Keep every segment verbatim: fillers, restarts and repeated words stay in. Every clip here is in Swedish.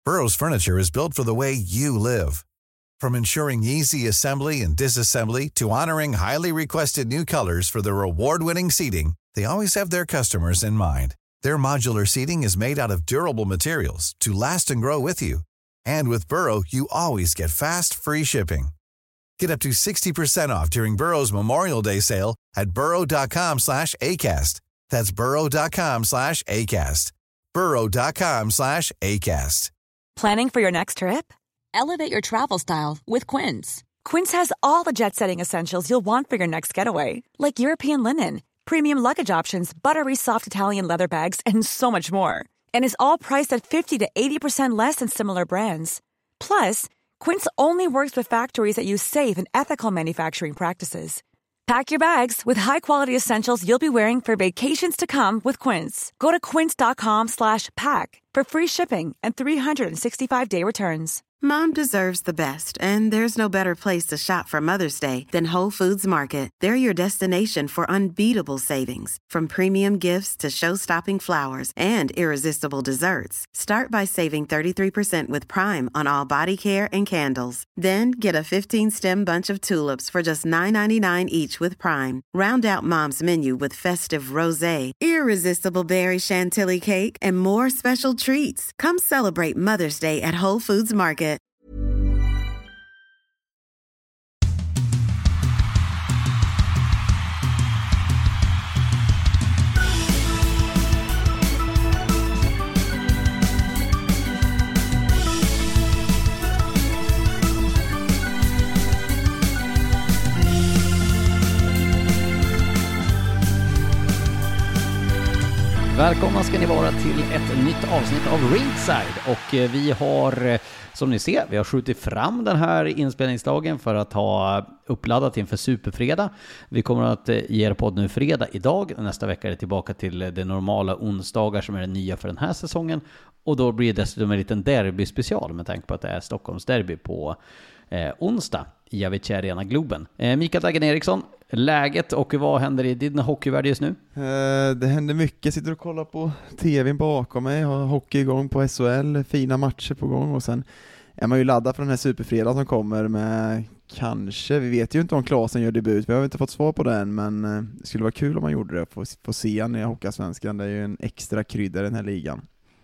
Burrow's furniture is built for the way you live. From ensuring easy assembly and disassembly to honoring highly requested new colors for their award-winning seating, they always have their customers in mind. Their modular seating is made out of durable materials to last and grow with you. And with Burrow, you always get fast, free shipping. Get up to sixty percent off during Burrow's Memorial Day sale at burrow.com slash ACAST. That's burrow.com slash ACAST. burrow.com slash ACAST. Planning for your next trip? Elevate your travel style with Quince. Quince has all the jet-setting essentials you'll want for your next getaway, like European linen, premium luggage options, buttery soft Italian leather bags, and so much more. And is all priced at fifty to eighty percent less than similar brands. Plus, Quince only works with factories that use safe and ethical manufacturing practices. Pack your bags with high-quality essentials you'll be wearing for vacations to come with Quince. Go to quince.com slash pack for free shipping and three sixty-five day returns. Mom deserves the best, and there's no better place to shop for Mother's Day than Whole Foods Market. They're your destination for unbeatable savings, from premium gifts to show-stopping flowers and irresistible desserts. Start by saving thirty-three percent with Prime on all body care and candles. Then get a fifteen-stem bunch of tulips for just nine ninety-nine each with Prime. Round out Mom's menu with festive rosé, irresistible berry chantilly cake, and more special treats. Come celebrate Mother's Day at Whole Foods Market. Välkomna ska ni vara till ett nytt avsnitt av Ringside, och vi har, som ni ser, vi har skjutit fram den här inspelningsdagen för att ha uppladdat inför Superfredag. Vi kommer att ge er podd nu fredag idag. Nästa vecka är det tillbaka till det normala onsdagar som är det nya för den här säsongen, och då blir det dessutom en liten derby-special med tanke på att det är Stockholms derby på eh, onsdag i Avicii Arena Globen. Eh, Mikael Dagen Eriksson, läget och vad händer i din hockeyvärld just nu? Eh, det händer mycket. Jag sitter och kollar på tvn bakom mig. Jag har hockey igång på S H L, fina matcher på gång, och sen är man ju laddad för den här Superfredag som kommer med kanske, vi vet ju inte om Klasen gör debut, vi har inte fått svar på den, men eh, det skulle vara kul om man gjorde det, få, få se han i Hockeyallsvenskan. Det är ju en extra krydda i den här ligan.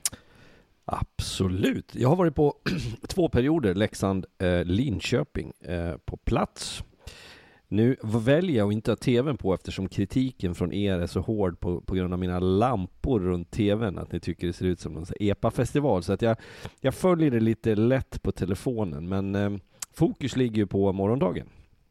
Absolut. Jag har varit på två perioder, Leksand, eh, Linköping eh, på plats. Nu väljer jag att inte ha tvn på eftersom kritiken från er är så hård på, på grund av mina lampor runt tvn, att ni tycker det ser ut som en E P A-festival. Så att jag, jag följer det lite lätt på telefonen, men eh, fokus ligger ju på morgondagen.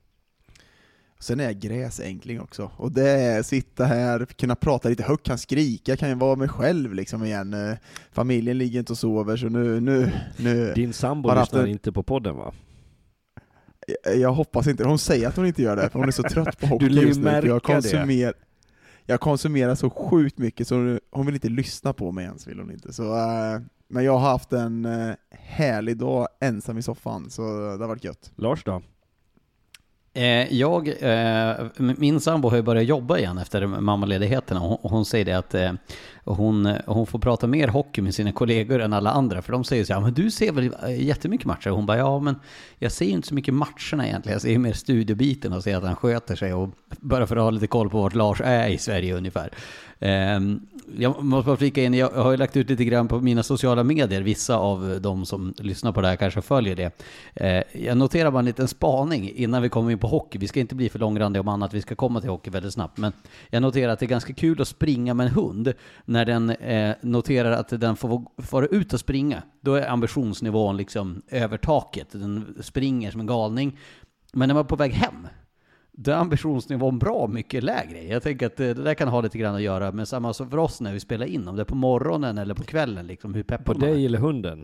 Sen är jag gräsänkling också, och det är sitta här, kunna prata lite högt, kan skrika, kan ju vara mig själv liksom igen. Familjen ligger inte och sover, så nu... nu, nu Din sambo lyssnar en... inte på podden, va? Jag, jag hoppas inte. Hon säger att hon inte gör det, för hon är så trött på hockey. Du just nu. märka Jag konsumer, det. Jag konsumerar så sjukt mycket, så hon vill inte lyssna på mig ens, vill hon inte. Så, äh, men jag har haft en äh, härlig dag ensam i soffan, så det har varit gött. Lars då? Eh, jag, eh, min sambo har ju börjat jobba igen efter mammaledigheten, och hon, och hon säger det att eh, hon, hon får prata mer hockey med sina kollegor än alla andra, för de säger så här, men du ser väl jättemycket matcher? Och hon bara, ja men jag ser ju inte så mycket matcherna egentligen, jag ser mer studiobiten och ser att han sköter sig, och bara för att ha lite koll på vart Lars är i Sverige ungefär. Eh, jag måste bara flika in, jag har ju lagt ut lite grann på mina sociala medier, vissa av de som lyssnar på det här kanske följer det. Eh, jag noterar bara en liten spaning innan vi kommer in på hockey. Vi ska inte bli för långrandiga om annat, vi ska komma till hockey väldigt snabbt, men jag noterar att det är ganska kul att springa med en hund när den eh, noterar att den får vara ut och springa. Då är ambitionsnivån liksom över taket, den springer som en galning, men när man är på väg hem, då är ambitionsnivån bra mycket lägre. Jag tänker att det där kan ha lite grann att göra med samma som för oss när vi spelar in, om det är på morgonen eller på kvällen, liksom, hur peppar på dig eller hunden?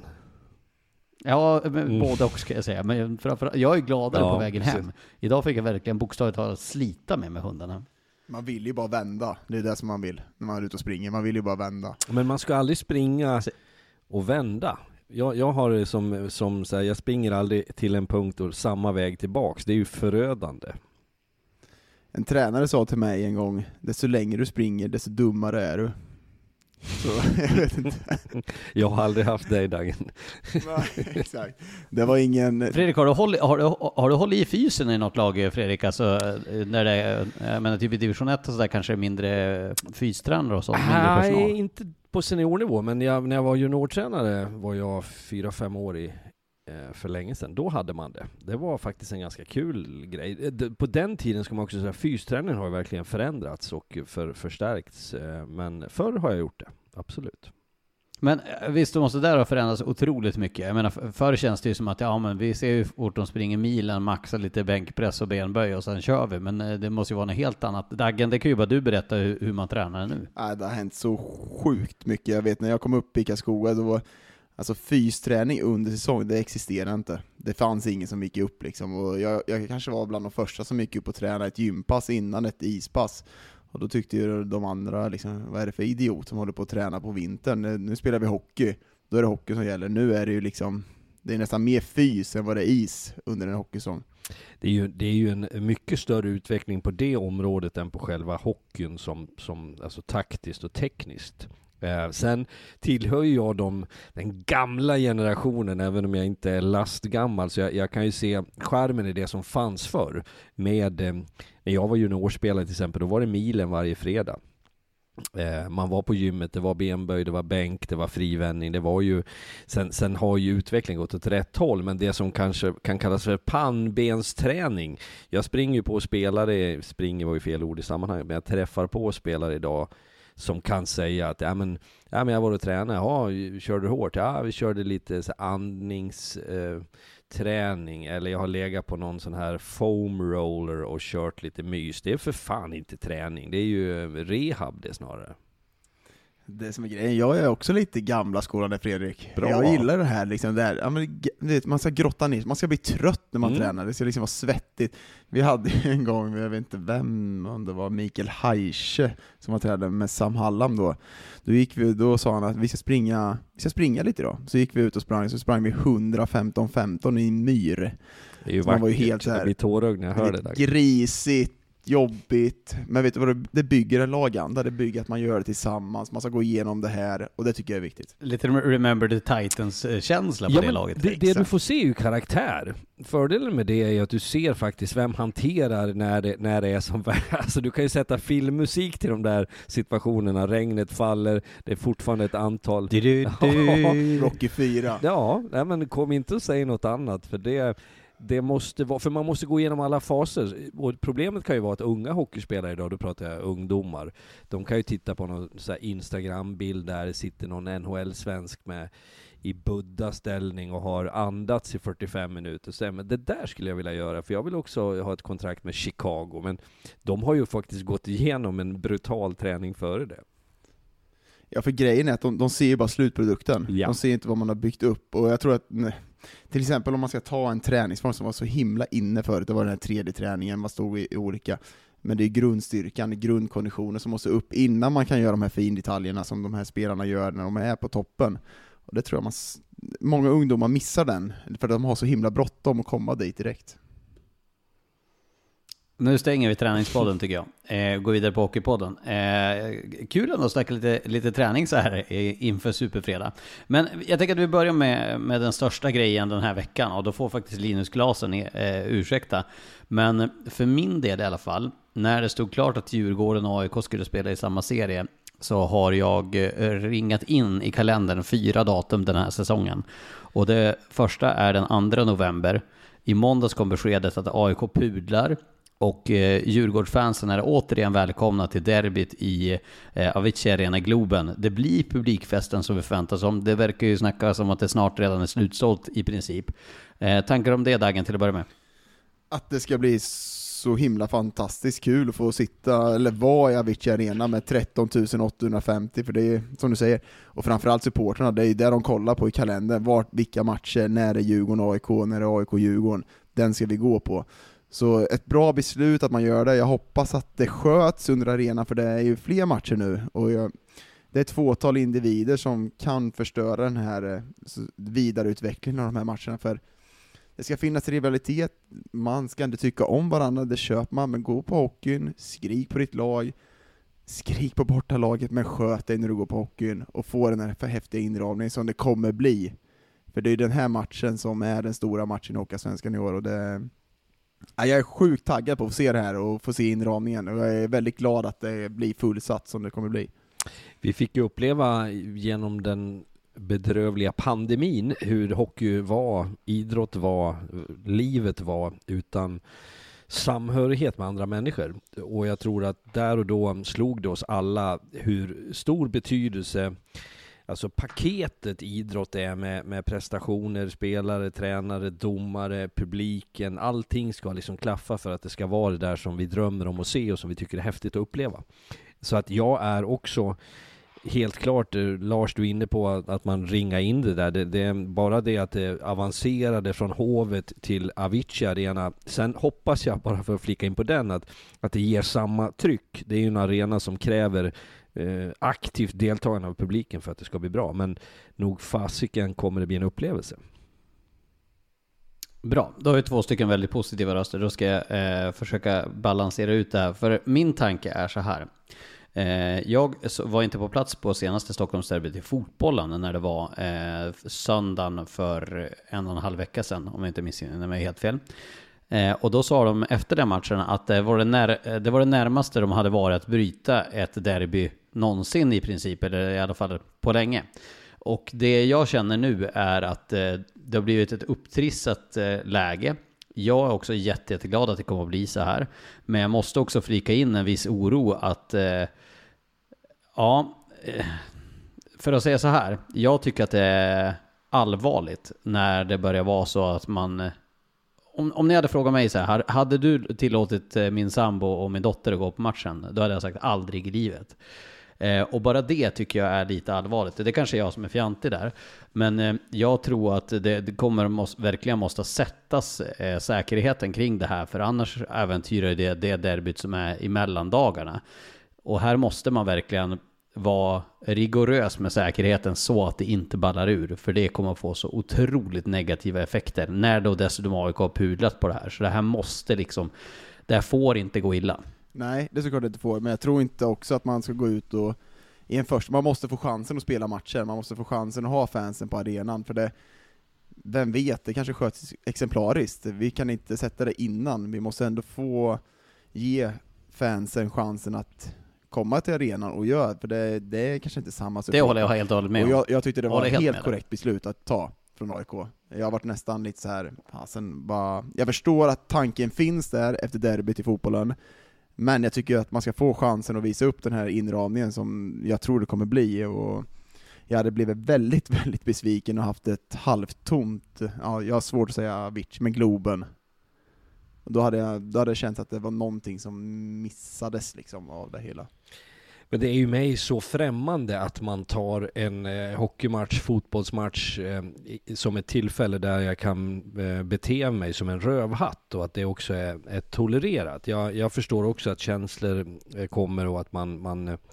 Ja, mm. Båda också ska jag säga. Men framför, jag är gladare ja, på vägen hem. Precis. Idag fick jag verkligen bokstavligt att slita med med hundarna. Man vill ju bara vända. Det är det som man vill när man är ute och springer. Man vill ju bara vända. Men man ska aldrig springa och vända. Jag, jag har det som, som så här, jag springer aldrig till en punkt och samma väg tillbaks. Det är ju förödande. En tränare sa till mig en gång, desto längre du springer, desto dummare är du. Så, jag vet inte. Jag har aldrig haft dig, Dagen. Nej, exakt. Det var ingen... Fredrik, har du hållit, har du, har du hållit i fysen i något lag, Fredrik? Alltså, när det är, jag menar, typ i division ett och så där kanske mindre fystränare och så, mindre personal? Nej, inte på seniornivå, men jag, när jag var juniortränare var jag fyra, fem år i för länge sedan. Då hade man det. Det var faktiskt en ganska kul grej. På den tiden ska man också säga att fysträningen har verkligen förändrats och för, förstärkts. Men förr har jag gjort det. Absolut. Men visst, då måste det där ha förändrats otroligt mycket. Jag menar, förr känns det ju som att ja, men vi ser ju fort de springer milen, maxar lite bänkpress och benböj och sen kör vi. Men det måste ju vara något helt annat. Daggen, det kan ju bara du berätta hur, hur man tränar nu. Nej, det har hänt så sjukt mycket. Jag vet när jag kom upp i Karlskoga, då var alltså fysträning under säsong, det existerar inte. Det fanns ingen som gick upp liksom. Och jag, jag kanske var bland de första som gick upp och tränade ett gympass innan ett ispass. Och då tyckte ju de andra, liksom, vad är det för idiot som håller på att träna på vintern? Nu, nu spelar vi hockey, då är det hockey som gäller. Nu är det ju liksom, det är nästan mer fys än vad det är is under en hockeysäsong. Det är ju, det är ju en mycket större utveckling på det området än på själva hockeyn som, som alltså taktiskt och tekniskt. Eh, sen tillhör jag dem, den gamla generationen, även om jag inte är lastgammal, så jag, jag kan ju se skärmen i det som fanns förr. Med, eh, när jag var juniorspelare till exempel, då var det milen varje fredag. Eh, man var på gymmet, det var benböj, det var bänk, det var frivändning, det var ju, sen, sen har ju utvecklingen gått åt rätt håll, men det som kanske kan kallas för pannbensträning, jag springer ju på spelare, springer var ju fel ord i sammanhanget, men jag träffar på spelare idag som kan säga att ja, men, ja, men jag var och tränade, ja, körde du hårt? Ja, vi körde lite så andningsträning, eh, eller jag har legat på någon sån här foam roller och kört lite mys. Det är för fan inte träning, det är ju rehab det snarare. Det som är grejen, jag är också lite gamla skolan där, Fredrik. Bra. Jag gillar det här liksom där. Ja, men, vet, man ska grotta ner, man ska bli trött när man Mm. tränar. Det ska liksom vara svettigt. Vi hade en gång, jag vet inte vem, om det var Mikael Heiche som var tränare med Sam Hallam då. Då gick vi, då sa han att vi ska springa, vi ska springa lite då. Så gick vi ut och sprang, så sprang vi hundrafemton femton i en myr. Det är ju så man var ju vackert. helt så här, Jag blir tårögd när jag hör det där. Grisigt, jobbigt, men vet du vad det, det bygger en laganda, det bygger att man gör det tillsammans, man ska gå igenom det här, och det tycker jag är viktigt. Lite Remember the Titans-känsla på Ja, det men laget. Det, det du får se är ju karaktär. Fördelen med det är ju att du ser faktiskt vem hanterar när det, när det är som värst. Alltså du kan ju sätta filmmusik till de där situationerna. Regnet faller, det är fortfarande ett antal... Du, du, du. Rocky fyra. Ja, nej, men kom inte och säg något annat, för det... Det måste vara, för man måste gå igenom alla faser. Och problemet kan ju vara att unga hockeyspelare idag, då pratar jag ungdomar, de kan ju titta på någon så här Instagram-bild där det sitter någon N H L-svensk med i buddha-ställning och har andats i fyrtiofem minuter. Så, men det där skulle jag vilja göra, för jag vill också ha ett kontrakt med Chicago, men de har ju faktiskt gått igenom en brutal träning före det. Ja, för grejen är att de, de ser ju bara slutprodukten. Ja. De ser inte vad man har byggt upp. Och jag tror att, nej, till exempel om man ska ta en träningsform som var så himla inne förut, det var den här tredje träningen, man stod i, i olika, men det är grundstyrkan, grundkonditionen som måste upp innan man kan göra de här findetaljerna som de här spelarna gör när de är på toppen. Och det tror jag man, många ungdomar missar den, för att de har så himla bråttom att komma dit direkt. Nu stänger vi träningspodden tycker jag. Eh, går vidare på hockeypodden. Eh, kul att snacka lite, lite träning så här inför Superfredag. Men jag tänker att vi börjar med, med den största grejen den här veckan. Och då får faktiskt Linus Glasen eh, ursäkta. Men för min del i alla fall, när det stod klart att Djurgården och A I K skulle spela i samma serie, så har jag ringat in i kalendern fyra datum den här säsongen. Och det första är den andra november. I måndags kom beskedet att A I K pudlar. Och eh, Djurgårdsfansen är återigen välkomna till derbyt i eh, Avicii Arena Globen. Det blir publikfesten som vi förväntas om. Det verkar ju snacka som att det snart redan är slutsålt i princip. Eh, tankar om det, Dagen, till att börja med? Att det ska bli så himla fantastiskt kul att få sitta eller vara i Avicii Arena med tretton tusen åttahundrafemtio, för det är som du säger, och framförallt supporterna, det är där de kollar på i kalendern, vart, vilka matcher, när det är Djurgården A I K, när det är A I K Djurgården, den ska vi gå på. Så ett bra beslut att man gör det. Jag hoppas att det sköts under arenan, för det är ju fler matcher nu, och jag, det är ett fåtal individer som kan förstöra den här vidareutvecklingen av de här matcherna, för det ska finnas rivalitet, man ska inte tycka om varandra, det köper man, men gå på hockeyn, skrik på ditt lag, skrik på bortalaget men sköt dig när du går på hockeyn och får den här för häftiga inramning som det kommer bli. För det är ju den här matchen som är den stora matchen i Hockeyallsvenskan i år, och det, ja, jag är sjukt taggad på att se det här och få se inramningen, och jag är väldigt glad att det blir fullsatt som det kommer bli. Vi fick ju uppleva genom den bedrövliga pandemin hur hockey var, idrott var, livet var utan samhörighet med andra människor. Och jag tror att där och då slog det oss alla hur stor betydelse alltså paketet idrott är med, med prestationer, spelare, tränare, domare, publiken. Allting ska liksom klaffa för att det ska vara det där som vi drömmer om att se och som vi tycker är häftigt att uppleva. Så att jag är också helt klart, Lars, du är inne på att man ringar in det där. Det, det är bara det att det avancerade från Hovet till Avicii Arena. Sen hoppas jag, bara för att flika in på den, att, att det ger samma tryck. Det är ju en arena som kräver eh, aktivt deltagande av publiken för att det ska bli bra. Men nog fasiken kommer det bli en upplevelse. Bra, då har vi två stycken väldigt positiva röster. Då ska jag eh, försöka balansera ut det här. För min tanke är så här. Jag var inte på plats på senaste Stockholmsderbyt i fotbollen när det var eh, söndagen för en och en halv vecka sedan, om jag inte missminner mig helt fel. Eh, och då sa de efter den matchen att det var det, när, det var det närmaste de hade varit att bryta ett derby någonsin i princip, eller i alla fall på länge. Och det jag känner nu är att eh, det har blivit ett upptrissat eh, läge. Jag är också jätte, jätteglad att det kommer att bli så här. Men jag måste också flika in en viss oro att eh, ja, eh, för att säga så här, jag tycker att det är allvarligt när det börjar vara så att man, om, om ni hade frågat mig så här, hade du tillåtit min sambo och min dotter att gå på matchen, då hade jag sagt aldrig i livet. Eh, och bara det tycker jag är lite allvarligt. Det kanske är jag som är fjantig där. Men eh, jag tror att det, det kommer måste, verkligen måste sättas eh, säkerheten kring det här. För annars äventyrar det det derbyt som är i mellandagarna. Och här måste man verkligen vara rigorös med säkerheten så att det inte ballar ur. För det kommer att få så otroligt negativa effekter när då dessutom A I K har pudlat på det här. Så det här måste liksom, det här får inte gå illa. Nej, det är såklart det inte får, men jag tror inte också att man ska gå ut och i en första, man måste få chansen att spela matcher, man måste få chansen att ha fansen på arenan, för det, vem vet, det kanske sköts exemplariskt, vi kan inte sätta det innan, vi måste ändå få ge fansen chansen att komma till arenan och göra, för det, det är kanske inte samma sak. Det håller jag helt och hållet med om. Och jag, jag tyckte det var ett helt, helt korrekt det. beslut att ta från A I K. Jag har varit nästan lite så här, fasen, bara, jag förstår att tanken finns där efter derbyt i fotbollen, men jag tycker att man ska få chansen att visa upp den här inramningen som jag tror det kommer bli, och jag hade blivit väldigt, väldigt besviken och haft ett halvtomt, ja, jag har svårt att säga Avicii, men Globen. Då hade jag, då hade jag känt att det var någonting som missades liksom av det hela. Men det är ju mig så främmande att man tar en eh, hockeymatch, fotbollsmatch eh, som ett tillfälle där jag kan eh, bete mig som en rövhatt, och att det också är, är tolererat. Jag, jag förstår också att känslor eh, kommer och att man, man, eh,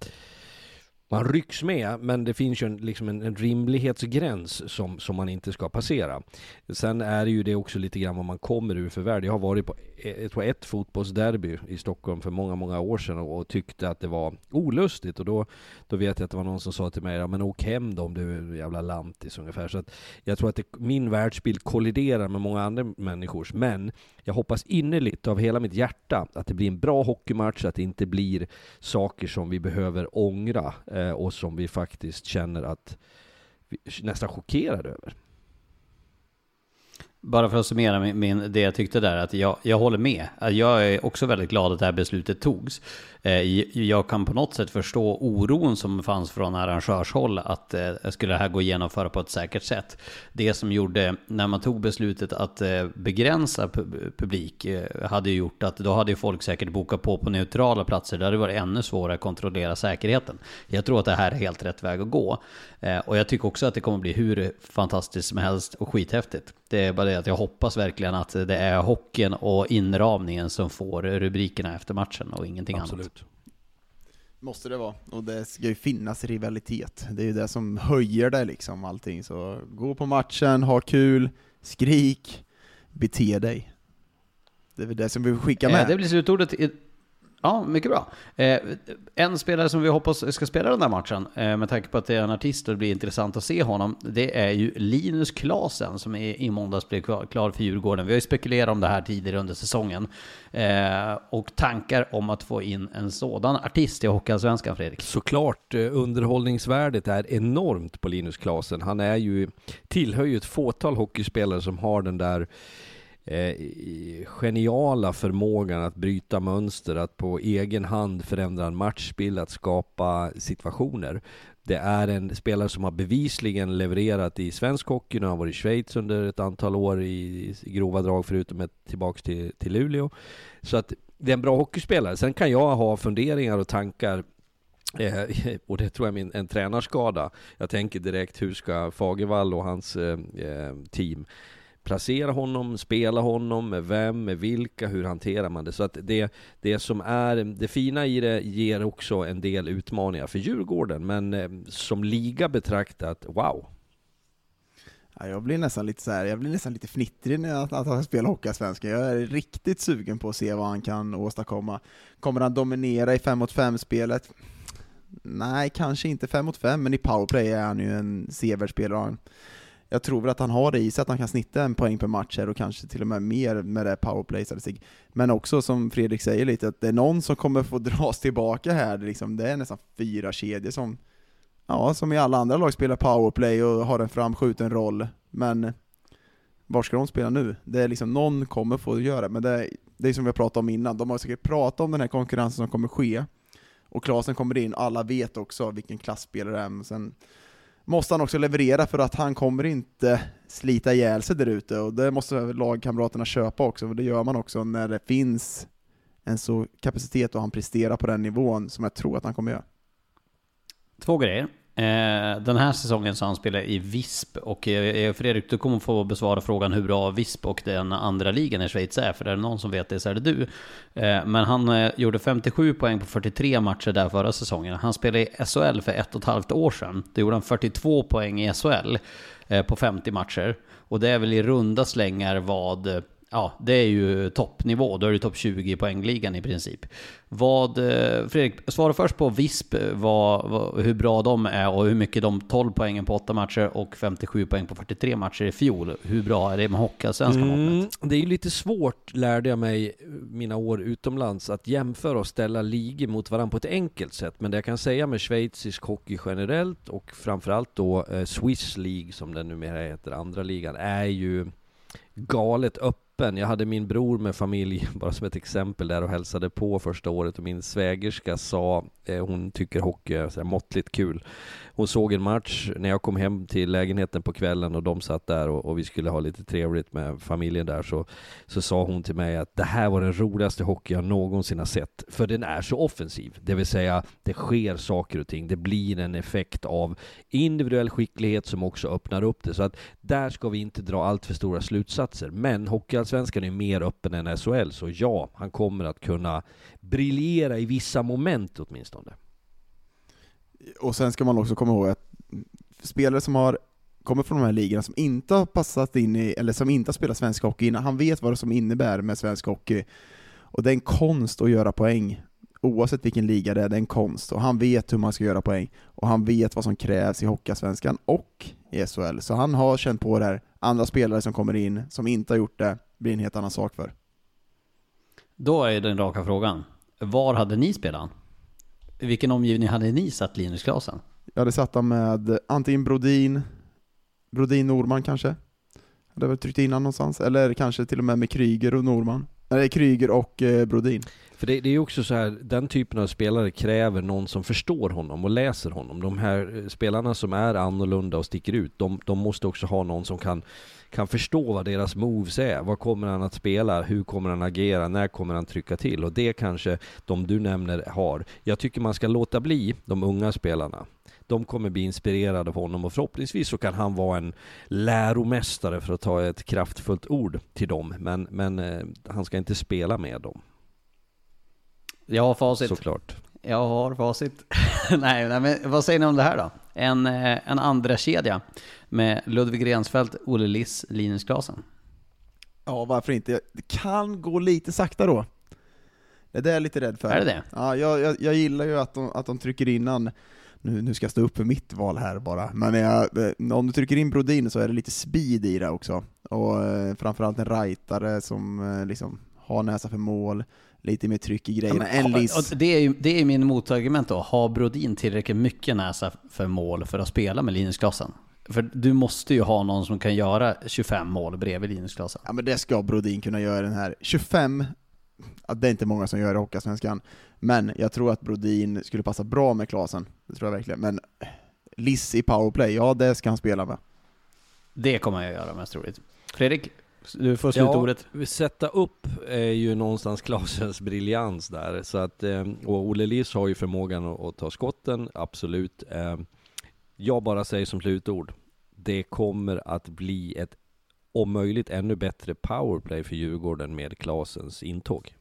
man rycks med, men det finns ju en, liksom en, en rimlighetsgräns som, som man inte ska passera. Sen är det ju det också lite grann vad man kommer ur för värld. Jag har varit på jag tror ett fotbollsderby i Stockholm för många, många år sedan och, och tyckte att det var olustigt, och då, då vet jag att det var någon som sa till mig, ja men åk hem då om du är jävla lantis ungefär. Så att jag tror att det, min världsbild kolliderar med många andra människors, men jag hoppas innerligt av hela mitt hjärta att det blir en bra hockeymatch, att det inte blir saker som vi behöver ångra eh, och som vi faktiskt känner att vi nästan chockerade över. Bara för att summera min, min, det jag tyckte där, att jag, jag håller med. Jag är också väldigt glad att det här beslutet togs. Jag kan på något sätt förstå oron som fanns från arrangörshåll att skulle det här gå igenom för på ett säkert sätt. Det som gjorde, när man tog beslutet att begränsa publik, hade gjort att då hade folk säkert bokat på på neutrala platser. Där det var ännu svårare att kontrollera säkerheten. Jag tror att det här är helt rätt väg att gå. Och jag tycker också att det kommer bli hur fantastiskt som helst och skithäftigt. Det är bara det att jag hoppas verkligen att det är hockeyn och inramningen som får rubrikerna efter matchen och ingenting Absolut. annat. Måste det vara. Och det ska ju finnas rivalitet. Det är ju det som höjer det liksom, allting. Så gå på matchen, ha kul, skrik, bete dig. Det är väl det som vi vill skicka med. Eh, det blir slutordet i, Ja, mycket bra. Eh, en spelare som vi hoppas ska spela den där matchen, eh, med tanke på att det är en artist och det blir intressant att se honom, det är ju Linus Klasen som är i måndags blev klar, klar för Djurgården. Vi har ju spekulerat om det här tidigare under säsongen. Eh, och tankar om att få in en sådan artist i Hockeyallsvenskan, Fredrik. Såklart, eh, underhållningsvärdet är enormt på Linus Klasen. Han är ju, tillhör ju ett fåtal hockeyspelare som har den där Eh, geniala förmågan att bryta mönster, att på egen hand förändra en matchbild, att skapa situationer. Det är en spelare som har bevisligen levererat i svensk hockey. Nu har han varit i Schweiz under ett antal år i, i grova drag, förutom ett tillbaks till, till Luleå. Så att det är en bra hockeyspelare. Sen kan jag ha funderingar och tankar, Eh, och det tror jag är en tränarskada. Jag tänker direkt, hur ska Fagervall och hans eh, team placera honom, spela honom, med vem, med vilka, hur hanterar man det? Så att det, det som är det fina i det ger också en del utmaningar för Djurgården, men eh, som liga betraktat, wow. Ja, jag blir nästan lite så här, jag blir nästan lite fnittrig när att, att han spelar Hockeyallsvenskan. Jag är riktigt sugen på att se vad han kan åstadkomma. Kommer han dominera i fem mot fem-spelet? Nej, kanske inte fem mot fem, men i powerplay är han ju en sevärd spelare. Jag tror väl att han har det i sig, att han kan snitta en poäng per match här och kanske till och med mer med det powerplay. Men också, som Fredrik säger lite, att det är någon som kommer få dras tillbaka här. Det är, liksom, det är nästan fyra kedjor som, ja, som i alla andra lag spelar powerplay och har en framskjuten roll. Men var ska de spela nu? Det är liksom, någon kommer få göra. Men det är, det är som vi har pratat om innan. De har säkert pratat om den här konkurrensen som kommer ske. Och Klasen kommer in, alla vet också vilken klassspelare det är. Men sen måste han också leverera, för att han kommer inte slita ihjäl sig där ute. Och det måste lagkamraterna köpa också. Och det gör man också när det finns en så kapacitet och han presterar på den nivån som jag tror att han kommer göra. Två grejer. Eh, den här säsongen så han spelar i V I S P, och eh, Fredrik, du kommer få besvara frågan hur bra V I S P och den andra ligan i Schweiz är, för är det någon som vet det så är det du. Eh, men han eh, gjorde femtiosju poäng på fyrtiotre matcher där förra säsongen. Han spelade i S H L för ett och ett halvt år sedan. Då gjorde han fyrtiotvå poäng i S H L eh, på femtio matcher, och det är väl i runda slängar vad... Ja, det är ju toppnivå. Då är det topp tjugo i poängligan i princip. Vad, Fredrik, svara först på V I S P, vad, vad, hur bra de är och hur mycket de tolv poängen på åtta matcher och femtiosju poäng på fyrtiotre matcher i fjol. Hur bra är det med Hockeyallsvenskan? Mm, det är ju lite svårt, lärde jag mig mina år utomlands, att jämföra och ställa ligor mot varandra på ett enkelt sätt. Men det jag kan säga med schweizisk hockey generellt och framförallt då eh, Swiss League, som den numera heter, andra ligan, är ju galet öppen. Jag hade min bror med familj, bara som ett exempel, där och hälsade på första året, och min svägerska sa, eh, hon tycker hockey är så här måttligt kul. Hon såg en match när jag kom hem till lägenheten på kvällen och de satt där och, och vi skulle ha lite trevligt med familjen där, så, så sa hon till mig att det här var den roligaste hockey jag någonsin har sett, för den är så offensiv. Det vill säga, det sker saker och ting. Det blir en effekt av individuell skicklighet som också öppnar upp det. Så att där ska vi inte dra allt för stora slutsatser. Men Hockeyallsvenskan är mer öppen än S H L, så ja, han kommer att kunna briljera i vissa moment åtminstone. Och sen ska man också komma ihåg att spelare som har kommer från de här ligorna som inte har passat in i, eller som inte har spelat svensk hockey innan, han vet vad det som innebär med svensk hockey. Och det är en konst att göra poäng. Oavsett vilken liga det är, det är en konst. Och han vet hur man ska göra poäng. Och han vet vad som krävs i Hockeyallsvenskan och i S H L. Så han har känt på det här. Andra spelare som kommer in, som inte har gjort det, blir en helt annan sak för. Då är den raka frågan. Var hade ni spelat? I vilken omgivning hade ni satt Linus Klasen? Jag hade satt han med antingen Brodin, Brodin Norman kanske. Jag hade väl tryckt in han någonstans. Eller kanske till och med med Kryger och Norman. Eller Kryger och eh, Brodin. För det, det är ju också så här, den typen av spelare kräver någon som förstår honom och läser honom. De här spelarna som är annorlunda och sticker ut, de, de måste också ha någon som kan, kan förstå vad deras moves är. Vad kommer han att spela? Hur kommer han agera? När kommer han trycka till? Och det kanske de du nämner har. Jag tycker man ska låta bli de unga spelarna. De kommer bli inspirerade av honom och förhoppningsvis så kan han vara en läromästare, för att ta ett kraftfullt ord till dem. Men, men eh, han ska inte spela med dem. Jag har facit. Såklart. Jag har facit. nej, nej, men vad säger ni om det här då? En, en andra kedja med Ludvig Rensfeldt, Olle Liss, Linus Klasen. Ja, varför inte? Det kan gå lite sakta då. Det är det jag är lite rädd för. Är det det? Ja, jag, jag, jag gillar ju att de, att de trycker innan. Nu, nu ska jag stå upp för mitt val här bara. Men jag, om du trycker in Brodin så är det lite speed i det också. Och eh, framförallt en rightare som eh, liksom har näsa för mål. Lite mer tryck i grejerna. Ja, men, en lis... det är ju det är min motargument då. Har Brodin tillräckligt mycket näsa för mål för att spela med Linus Klasen? För du måste ju ha någon som kan göra tjugofem mål bredvid Linus Klasen. Ja, men det ska Brodin kunna göra den här. tjugofem, ja, det är inte många som gör i Hockeyallsvenskan. Men jag tror att Brodin skulle passa bra med Klasen. Det tror jag verkligen. Men Liss i powerplay, ja det ska han spela med. Det kommer jag göra mest troligt. Fredrik, du får slutordet. Ja, sätta upp är ju någonstans Klasens briljans där. Så att, och Olle Liss har ju förmågan att, att ta skotten, absolut. Jag bara säger som slutord, det kommer att bli ett om möjligt ännu bättre powerplay för Djurgården med Klasens intåg.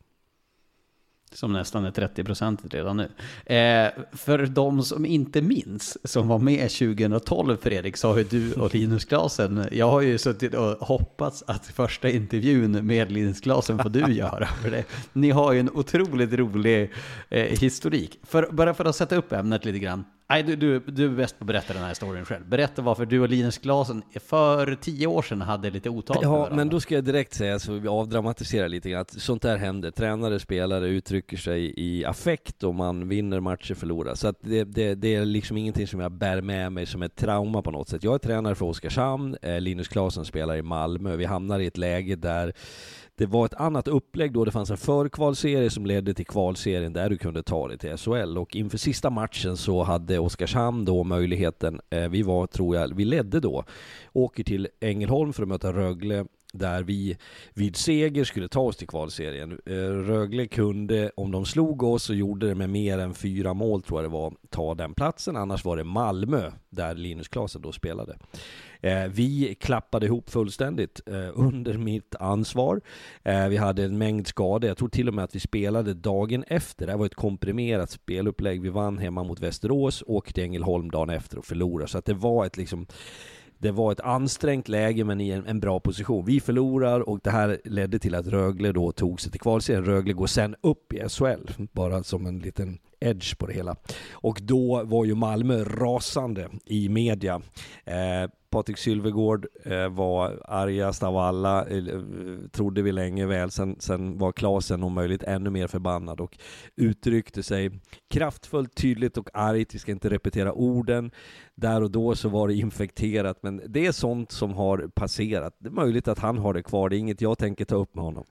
Som nästan är trettio procent redan nu. Eh, för de som inte minns, som var med tjugohundratolv, Fredrik, så har ju du och Linus Klasen, jag har ju suttit och hoppats att första intervjun med Linus Klasen får du göra. För det. Ni har ju en otroligt rolig eh, historik. För, bara för att sätta upp ämnet lite grann. Nej, du, du, du är bäst på att berätta den här historien själv. Berätta varför du och Linus Klasen för tio år sedan hade lite otal. Ja, men då ska jag direkt säga, så vi avdramatiserar lite grann, att sånt där händer. Tränare, spelare uttrycker sig i affekt och man vinner matcher, förlorar. Så att det, det, det är liksom ingenting som jag bär med mig som ett trauma på något sätt. Jag är tränare för Oskarshamn, Linus Klasen spelar i Malmö. Vi hamnar i ett läge där det var ett annat upplägg då. Det fanns en förkvalserie som ledde till kvalserien där du kunde ta det till S H L. Och inför sista matchen så hade Oskarshamn då möjligheten, eh, vi var, tror jag, vi ledde då, åker till Ängelholm för att möta Rögle, där vi vid seger skulle ta oss till kvalserien. Eh, Rögle kunde, om de slog oss och gjorde det med mer än fyra mål, tror jag det var, ta den platsen. Annars var det Malmö, där Linus Klasen då spelade. Eh, vi klappade ihop fullständigt eh, under mitt ansvar. Eh, vi hade en mängd skador. Jag tror till och med att vi spelade dagen efter. Det var ett komprimerat spelupplägg. Vi vann hemma mot Västerås, åkte till Ängelholm dagen efter och förlorade. Så att det var ett liksom... Det var ett ansträngt läge, men i en, en bra position. Vi förlorar och det här ledde till att Rögle då tog sig till kvalserien. Rögle går sen upp i S H L, bara som en liten edge på det hela. Och då var ju Malmö rasande i media. Eh, Patrik Sylvegård eh, var argast av alla, eh, trodde vi länge väl. Sen, sen var Klasen om möjligt ännu mer förbannad och uttryckte sig kraftfullt, tydligt och argt. Vi ska inte repetera orden. Där och då så var det infekterat, men det är sånt som har passerat. Det är möjligt att han har det kvar, det är inget jag tänker ta upp med honom.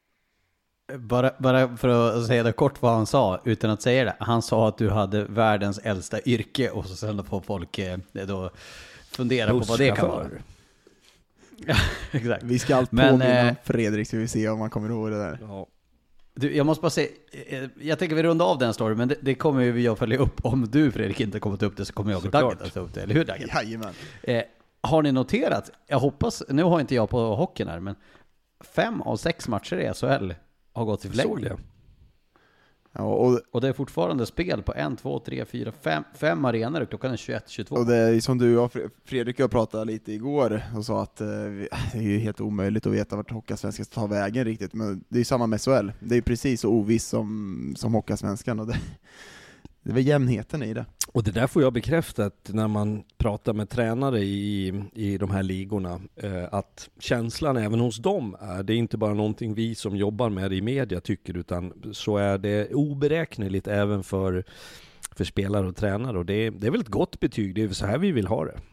Bara, bara för att säga det kort vad han sa, utan att säga det. Han sa att du hade världens äldsta yrke, och så sen får folk eh, då fundera på vad det kan vara. Ja, exakt. Vi ska allt men, påminna eh, Fredrik, så vi ser om man kommer ihåg det där. Ja. Du, jag måste bara säga, jag tänker vi runda av den storyn, men det, det kommer ju vi att följa upp. Om du, Fredrik, inte kommit upp det, så kommer jag och Dagget att ta upp det, eller hur, Dagget? Jajamän. Eh, har ni noterat, jag hoppas, nu har inte jag på hockeyn här, men fem av sex matcher i S H L har gått till förlängning. Ja, och, och det är fortfarande spel på en, två, tre, fyra, fem, fem arenor och klockan är tjugoett tjugotvå. Och det är som du och Fredrik och jag pratade lite igår och sa att eh, det är ju helt omöjligt att veta vart Hockeyallsvenskan ska ta vägen riktigt, men det är ju samma med S H L. Det är precis så oviss som, som Hockeyallsvenskan, och det, det är väl jämnheten i det. Och det där får jag bekräftat när man pratar med tränare i, i de här ligorna, eh, att känslan även hos dem är, det är inte bara någonting vi som jobbar med i media tycker, utan så är det oberäkneligt även för, för spelare och tränare, och det, det är väl ett gott betyg, det är så här vi vill ha det.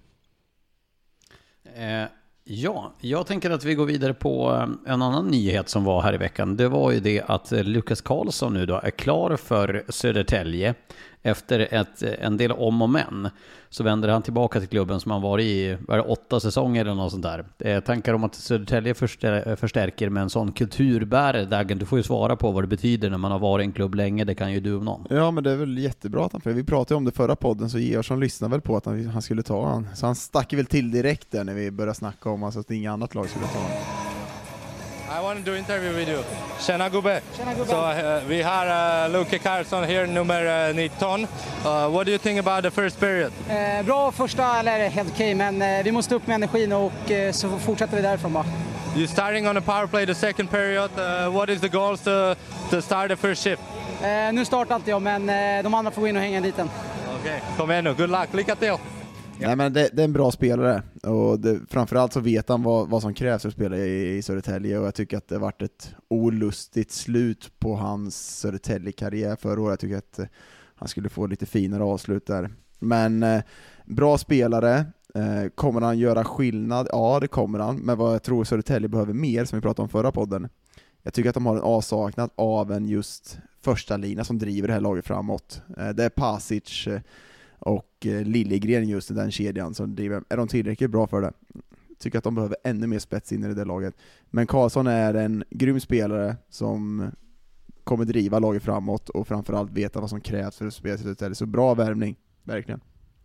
Eh. Ja, jag tänker att vi går vidare på en annan nyhet som var här i veckan. Det var ju det att Lukas Karlsson nu då är klar för Södertälje. Efter ett, en del om och men så vänder han tillbaka till klubben som han varit i var det, åtta säsonger eller något sånt där. Eh, tankar om att Södertälje förstär, förstärker med en sån kulturbärare. Dagen, du får ju svara på vad det betyder när man har varit i en klubb länge. Det kan ju du om någon. Ja, men det är väl jättebra att han, för vi pratade om det förra podden, så Georgsson lyssnade väl på att han, han skulle ta han. Så han stack väl till direkt där när vi började snacka om alltså, att inga annat lag skulle ta han. I want to do interview with you. Tjena gubbe. Tjena gubbe. So uh, we have uh, Lukas Karlsson here, nummer uh, nitton. Uh, what do you think about the first period? Eh, bra första, eller helt okej, men eh, vi måste upp med energin och eh, så fortsätter vi därifrån bara. you're starting on a power play the second period. Uh, what is the goals to, to start the first shift? Eh, nu startar inte jag, men eh, de andra får gå in och hänga en liten. Okej, okay. Kom igen nu. Good luck. Lycka till! Ja. Nej, men det, det är en bra spelare, och det, framförallt så vet han vad, vad som krävs för att spela i, i Södertälje, och jag tycker att det har varit ett olustigt slut på hans Södertälje-karriär förra året. Jag tycker att eh, han skulle få lite finare avslut där. Men eh, bra spelare. Eh, kommer han göra skillnad? Ja, det kommer han. Men vad jag tror Södertälje behöver mer, som vi pratade om förra podden, jag tycker att de har en avsaknad av en just första lina som driver det här laget framåt. Eh, det är Pasic eh, och eh, Liljegren just i den kedjan som driver. Är de tillräckligt bra för det? Jag tycker att de behöver ännu mer spets in i det laget. Men Karlsson är en grym spelare som kommer driva laget framåt och framförallt veta vad som krävs för att spela sig ut. Så bra värvning, verkligen.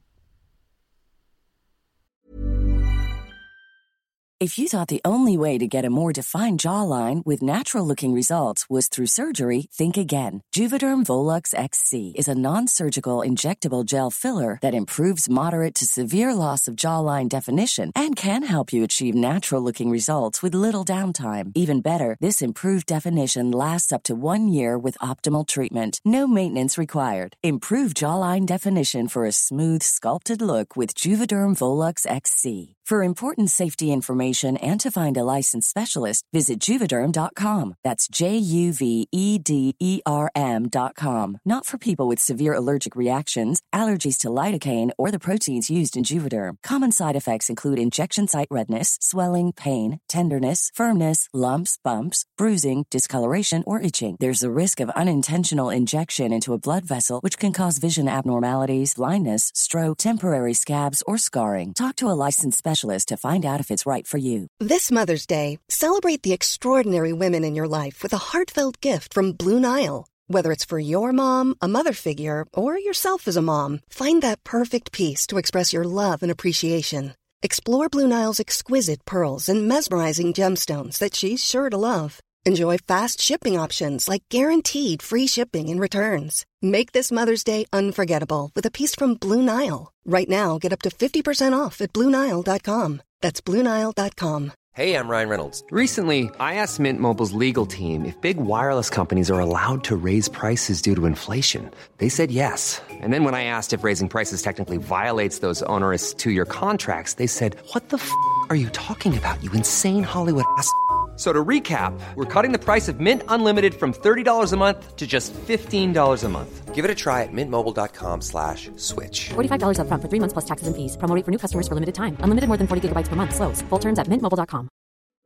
If you thought the only way to get a more defined jawline with natural-looking results was through surgery, think again. Juvederm Volux X C is a non-surgical injectable gel filler that improves moderate to severe loss of jawline definition and can help you achieve natural-looking results with little downtime. Even better, this improved definition lasts up to one year with optimal treatment. No maintenance required. Improve jawline definition for a smooth, sculpted look with Juvederm Volux X C. For important safety information and to find a licensed specialist, visit Juvederm dot com. That's J U V E D E R M dot com. Not for people with severe allergic reactions, allergies to lidocaine, or the proteins used in Juvederm. Common side effects include injection site redness, swelling, pain, tenderness, firmness, lumps, bumps, bruising, discoloration, or itching. There's a risk of unintentional injection into a blood vessel, which can cause vision abnormalities, blindness, stroke, temporary scabs, or scarring. Talk to a licensed specialist to find out if it's right for you. This Mother's Day, celebrate the extraordinary women in your life with a heartfelt gift from Blue Nile. Whether it's for your mom, a mother figure, or yourself as a mom, find that perfect piece to express your love and appreciation. Explore Blue Nile's exquisite pearls and mesmerizing gemstones that she's sure to love. Enjoy fast shipping options like guaranteed free shipping and returns. Make this Mother's Day unforgettable with a piece from Blue Nile. Right now, get up to fifty percent off at Blue Nile dot com. That's Blue Nile dot com. Hey, I'm Ryan Reynolds. Recently, I asked Mint Mobile's legal team if big wireless companies are allowed to raise prices due to inflation. They said yes. And then when I asked if raising prices technically violates those onerous two-year contracts, they said, what the f*** are you talking about, you insane Hollywood ass f- So to recap, we're cutting the price of Mint Unlimited from thirty dollars a month to just fifteen dollars a month. Give it a try at mintmobile.com slash switch. forty-five dollars up front for three months plus taxes and fees. Promo rate for new customers for limited time. Unlimited more than forty gigabytes per month. Slows full terms at mint mobile dot com.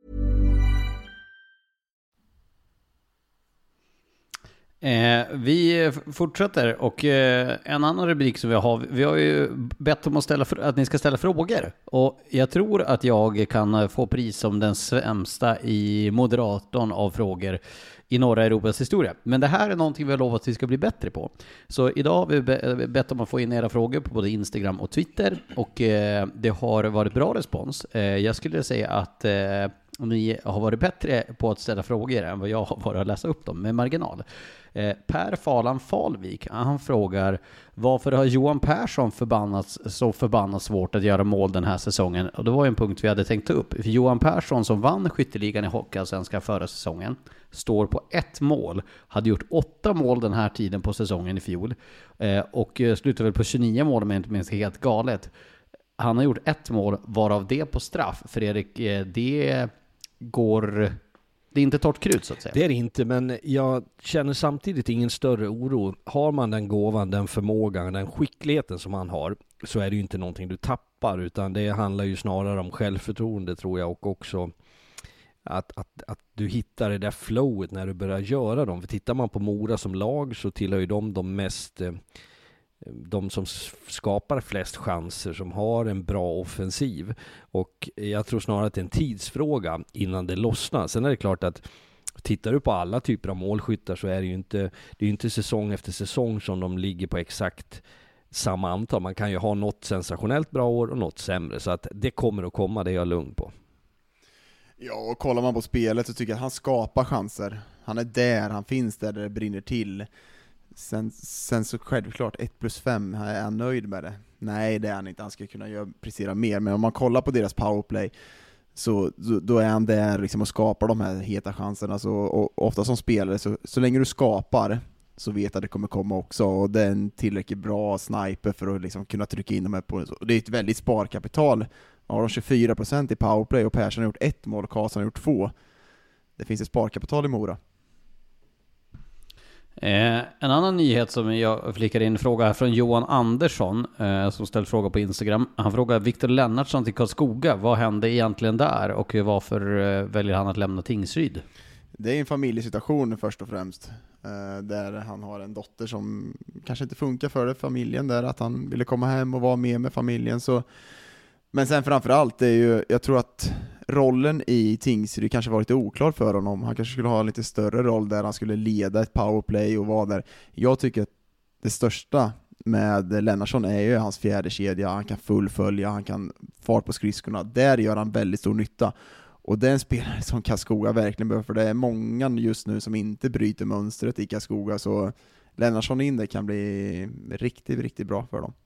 Eh, vi fortsätter, och eh, en annan rubrik som vi har, vi har ju bett om att, ställa, att ni ska ställa frågor, och jag tror att jag kan få pris som den sämsta i moderatorn av frågor i norra Europas historia. Men det här är någonting vi har lovat att vi ska bli bättre på. Så idag har vi bett om att få in era frågor på både Instagram och Twitter, och eh, det har varit bra respons. Eh, jag skulle säga att eh, ni har varit bättre på att ställa frågor än vad jag har varit att läsa upp dem med marginal. Eh, Per Falan Falvik, han frågar: varför har Johan Persson förbannats, så förbannat svårt att göra mål den här säsongen? Och det var ju en punkt vi hade tänkt ta upp. För Johan Persson, som vann skytteligan i Hockeyallsvenskan förra säsongen, står på ett mål, hade gjort åtta mål den här tiden på säsongen i fjol, eh, och slutade väl på tjugonio mål, men inte minst helt galet. Han har gjort ett mål, varav det på straff. Fredrik, eh, det går... Det är inte torrt krut, så att säga. Det är det inte, men jag känner samtidigt ingen större oro. Har man den gåvan, den förmågan, den skickligheten som han har, så är det ju inte någonting du tappar, utan det handlar ju snarare om självförtroende, tror jag, och också att, att, att du hittar det där flowet när du börjar göra dem. För tittar man på Mora som lag, så tillhör ju de de mest... de som skapar flest chanser, som har en bra offensiv, och jag tror snarare att det är en tidsfråga innan det lossnar. Sen är det klart att tittar du på alla typer av målskyttar, så är det ju inte, det är ju inte säsong efter säsong som de ligger på exakt samma antal. Man kan ju ha något sensationellt bra år och något sämre, så att det kommer att komma, det är jag lugn på. Ja, och kollar man på spelet så tycker jag att han skapar chanser. Han är där, han finns där, där det brinner till. Sen, sen så självklart ett plus fem, är han nöjd med det? Nej, det är han inte. Han ska kunna göra, prestera mer. Men om man kollar på deras powerplay, så då är han där liksom och skapar de här heta chanserna. Så, och ofta som spelare, så, så länge du skapar så vet att det kommer komma också, och det är en tillräckligt bra sniper för att liksom kunna trycka in dem här på. Det är ett väldigt sparkapital. Har de tjugofyra procent i powerplay och Persson har gjort ett mål och Karlsson har gjort två. Det finns ett sparkapital i Mora. Eh, en annan nyhet som jag flickar in, fråga här från Johan Andersson eh, som ställt fråga på Instagram. Han frågar Viktor Lennartsson till Karlskoga. Vad hände egentligen där och varför eh, väljer han att lämna Tingsryd? Det är en familjesituation först och främst, eh, där han har en dotter som kanske inte funkar för det, familjen där, att han ville komma hem och vara med med familjen. Så. Men sen framförallt är ju, jag tror att rollen i Tingsryd kanske var lite oklar för honom. Han kanske skulle ha en lite större roll där han skulle leda ett powerplay och vara där. Jag tycker att det största med Lennartsson är ju hans fjärde kedja. Han kan fullfölja, han kan fart på skridskorna. Där gör han väldigt stor nytta. Och det är en spelare som Karlskoga verkligen behöver, för det är många just nu som inte bryter mönstret i Karlskoga, så Lennartsson in det kan bli riktigt, riktigt bra för dem.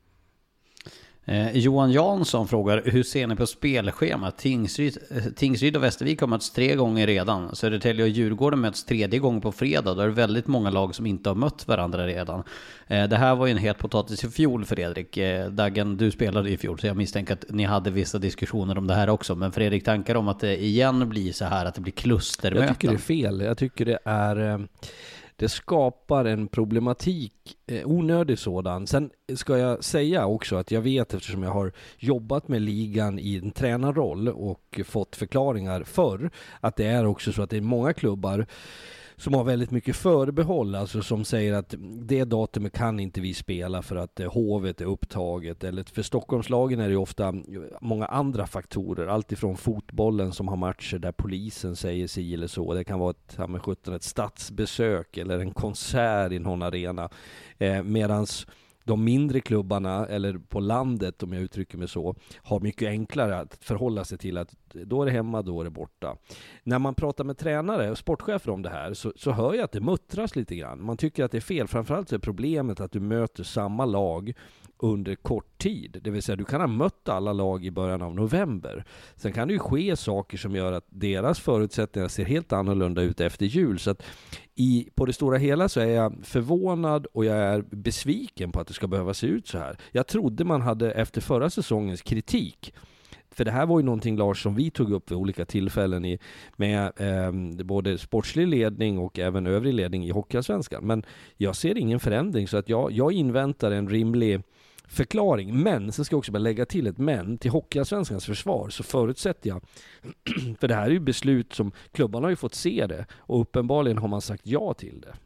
Eh, Johan Jansson frågar, hur ser ni på spelschemat? Tingsryd, Tingsryd och Västervik har mötts tre gånger redan. Södertälje och Djurgården möts tredje gången på fredag. Då är det väldigt många lag som inte har mött varandra redan. Eh, det här var ju en het potatis i fjol, Fredrik. Eh, Daggen, du spelade i fjol, så jag misstänker att ni hade vissa diskussioner om det här också. Men Fredrik, tankar om att det igen blir så här, att det blir klustermöten? Jag tycker det är fel. Jag tycker det är... Eh... Det skapar en problematik, eh, onödig sådan. Sen ska jag säga också att jag vet, eftersom jag har jobbat med ligan i en tränarroll och fått förklaringar för, att det är också så att det är många klubbar som har väldigt mycket förbehåll, alltså som säger att det datumet kan inte vi spela för att hovet är upptaget, eller för Stockholmslagen är det ofta många andra faktorer, allt ifrån fotbollen som har matcher där polisen säger sig eller så, det kan vara ett, ja, med sjutton, ett stadsbesök eller en konsert i någon arena, eh, medans de mindre klubbarna, eller på landet om jag uttrycker mig så, har mycket enklare att förhålla sig till att då är det hemma, då är det borta. När man pratar med tränare och sportchefer om det här så, så hör jag att det muttras lite grann. Man tycker att det är fel. Framförallt är problemet att du möter samma lag under kort tid. Det vill säga du kan ha mött alla lag i början av november. Sen kan det ju ske saker som gör att deras förutsättningar ser helt annorlunda ut efter jul. Så att i, på det stora hela så är jag förvånad och jag är besviken på att det ska behöva se ut så här. Jag trodde man hade efter förra säsongens kritik, för det här var ju någonting, Lars, som vi tog upp vid olika tillfällen i, med eh, både sportslig ledning och även övrig ledning i Hockeyallsvenskan. Men jag ser ingen förändring, så att jag, jag inväntar en rimlig förklaring. Men så ska jag också bara lägga till ett men till Hockeyallsvenskans försvar, så förutsätter jag, för det här är ju beslut som klubbarna har ju fått se det, och uppenbarligen har man sagt ja till det.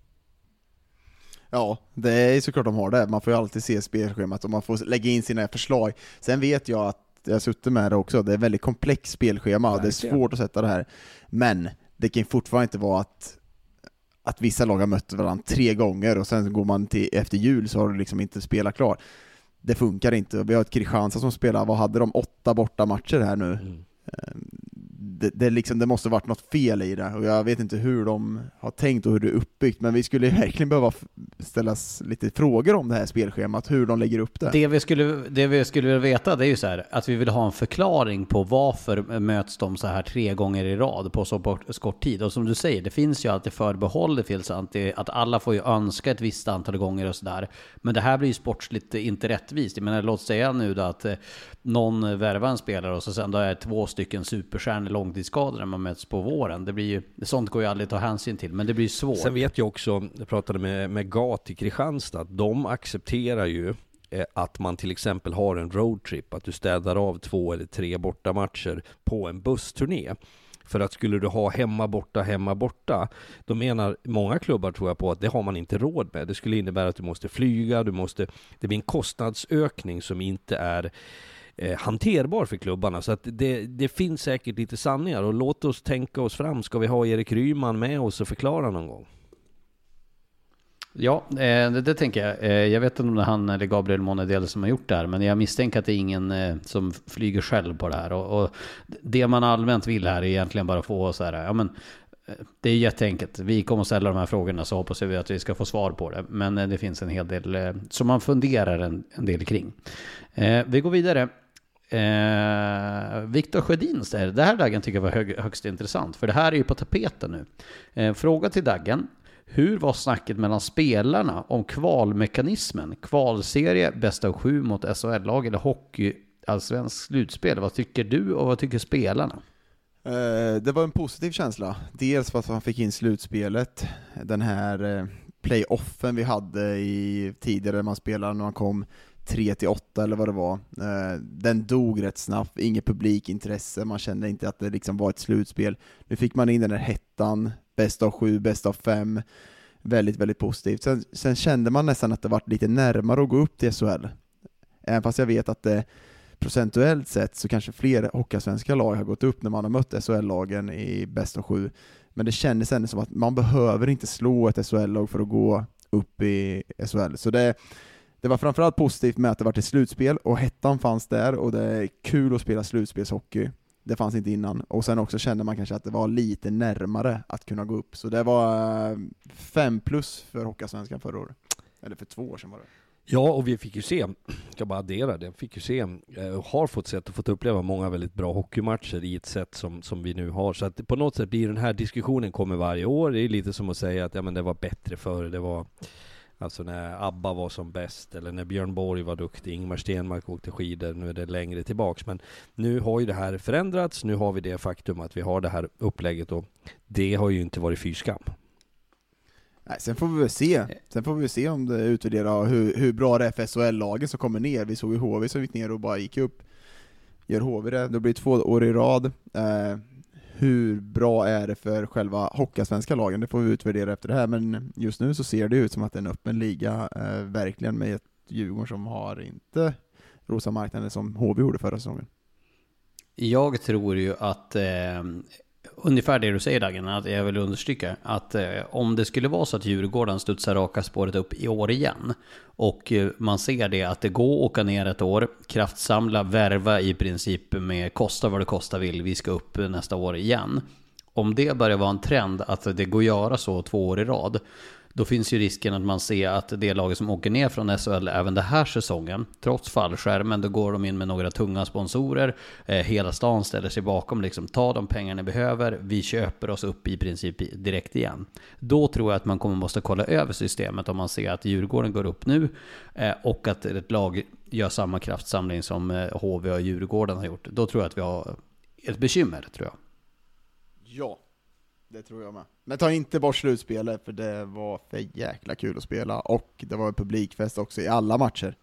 Ja, det är såklart de har det. Man får ju alltid se spelschemat och man får lägga in sina förslag. Sen vet jag att jag har suttit med det också. Det är ett väldigt komplext spelschema och det är svårt att sätta det här. Men det kan fortfarande inte vara att, att vissa lag har mött varandra tre gånger och sen går man till efter jul så har du liksom inte spelat klar. Det funkar inte. Vi har ett Kristianstad som spelar, vad hade de, åtta borta matcher här nu? Mm. Det, det, liksom, det måste ha varit något fel i det, och jag vet inte hur de har tänkt och hur det är uppbyggt, men vi skulle verkligen behöva ställas lite frågor om det här spelschemat, hur de lägger upp det. Det vi skulle, det vi skulle vilja veta, det är ju så här, att vi vill ha en förklaring på varför möts de så här tre gånger i rad på så kort tid. Och som du säger, det finns ju alltid förbehåll, det finns alltid att alla får ju önska ett visst antal gånger och sådär. Men det här blir ju sportsligt inte rättvist. Jag menar, låt säga nu då att någon värvar en spelare och så sen då är två stycken superstjärnor långtidsskador när man möts på våren. Det blir ju, sånt går ju aldrig att ta hänsyn till, men det blir svårt. Sen vet jag också, jag pratade med, med Gat i Kristianstad, att de accepterar ju eh, att man till exempel har en roadtrip, att du städar av två eller tre bortamatcher på en bussturné. För att skulle du ha hemma borta, hemma borta, då menar många klubbar, tror jag, på att det har man inte råd med. Det skulle innebära att du måste flyga, du måste, det blir en kostnadsökning som inte är Eh, hanterbar för klubbarna, så att det, det finns säkert lite sanningar, och låt oss tänka oss fram. Ska vi ha Erik Ryman med oss och förklara någon gång? Ja, eh, det, det tänker jag. Eh, jag vet inte om det är han eller Gabriel Monedel som har gjort det här, men jag misstänker att det är ingen eh, som flyger själv på det här, och, och det man allmänt vill här är egentligen bara få så här, ja men det är jätteenkelt. Vi kommer att ställa de här frågorna, så hoppas vi att vi ska få svar på det. Men det finns en hel del som man funderar en, en del kring. Eh, vi går vidare. Eh, Viktor Sjödin säger, det här Daggen tycker jag var hög, högst intressant, för det här är ju på tapeten nu. Eh, fråga till Daggen: hur var snacket mellan spelarna om kvalmekanismen? Kvalserie, bästa av sju mot S H L-lag eller hockey, allsvensk slutspel? Vad tycker du och vad tycker spelarna? Eh, det var en positiv känsla. Dels för att man fick in slutspelet, den här eh, playoffen vi hade i tidigare man spelade när man kom tre till åtta eller vad det var. Eh, den dog rätt snabbt, inget publikintresse, man kände inte att det liksom var ett slutspel. Nu fick man in den här hettan, bäst av sju, bäst av fem, väldigt, väldigt positivt. Sen, sen kände man nästan att det var lite närmare att gå upp till S H L. Även fast jag vet att det procentuellt sett så kanske fler hockeyallsvenska lag har gått upp när man har mött S H L-lagen i bäst av sju. Men det kändes ändå som att man behöver inte slå ett S H L-lag för att gå upp i S H L. Så det, det var framförallt positivt med att det var ett slutspel och hettan fanns där och det är kul att spela slutspelshockey. Det fanns inte innan. Och sen också kände man kanske att det var lite närmare att kunna gå upp. Så det var fem plus för hockeyallsvenskan förra året. Eller för två år sedan var det. Ja, och vi fick ju se, jag ska bara addera det, fick ju se och har fått sett och fått uppleva många väldigt bra hockeymatcher i ett sätt som, som vi nu har. Så att på något sätt blir den här diskussionen kommer varje år. Det är lite som att säga att ja, men det var bättre förr, det var alltså när ABBA var som bäst eller när Björn Borg var duktig, Ingmar Stenmark åkte skidor, nu är det längre tillbaks. Men nu har ju det här förändrats, nu har vi det faktum att vi har det här upplägget och det har ju inte varit fyrskam. Nej, sen får vi väl se. Sen får vi se om det utvärderar hur, hur bra det är för S H L-lagen som kommer ner. Vi såg ju H V som gick ner och bara gick upp. Gör H V det, då blir det två år i rad. Eh, hur bra är det för själva hockeyallsvenska lagen? Det får vi utvärdera efter det här. Men just nu så ser det ut som att det är en öppen liga. Eh, verkligen med ett Djurgården som har inte rosa marknaden som H V gjorde förra säsongen. Jag tror ju att eh, ungefär det du säger Dagen, att jag vill understryka att eh, om det skulle vara så att Djurgården studsar raka spåret upp i år igen och eh, man ser det att det går att åka ner ett år, kraftsamla, värva i princip med kosta vad det kostar vill, vi ska upp nästa år igen. Om det börjar vara en trend att det går att göra så två år i rad, då finns ju risken att man ser att det laget som åker ner från S H L även den här säsongen, trots fallskärmen, då går de in med några tunga sponsorer, eh, hela stan ställer sig bakom, liksom, ta de pengar ni behöver, vi köper oss upp i princip direkt igen. Då tror jag att man kommer måste kolla över systemet om man ser att Djurgården går upp nu eh, och att ett lag gör samma kraftsamling som eh, H V och Djurgården har gjort. Då tror jag att vi har ett bekymmer, tror jag. Ja. Det tror jag med. Men ta inte bort slutspelet, för det var för jäkla kul att spela. Och det var en publikfest också i alla matcher.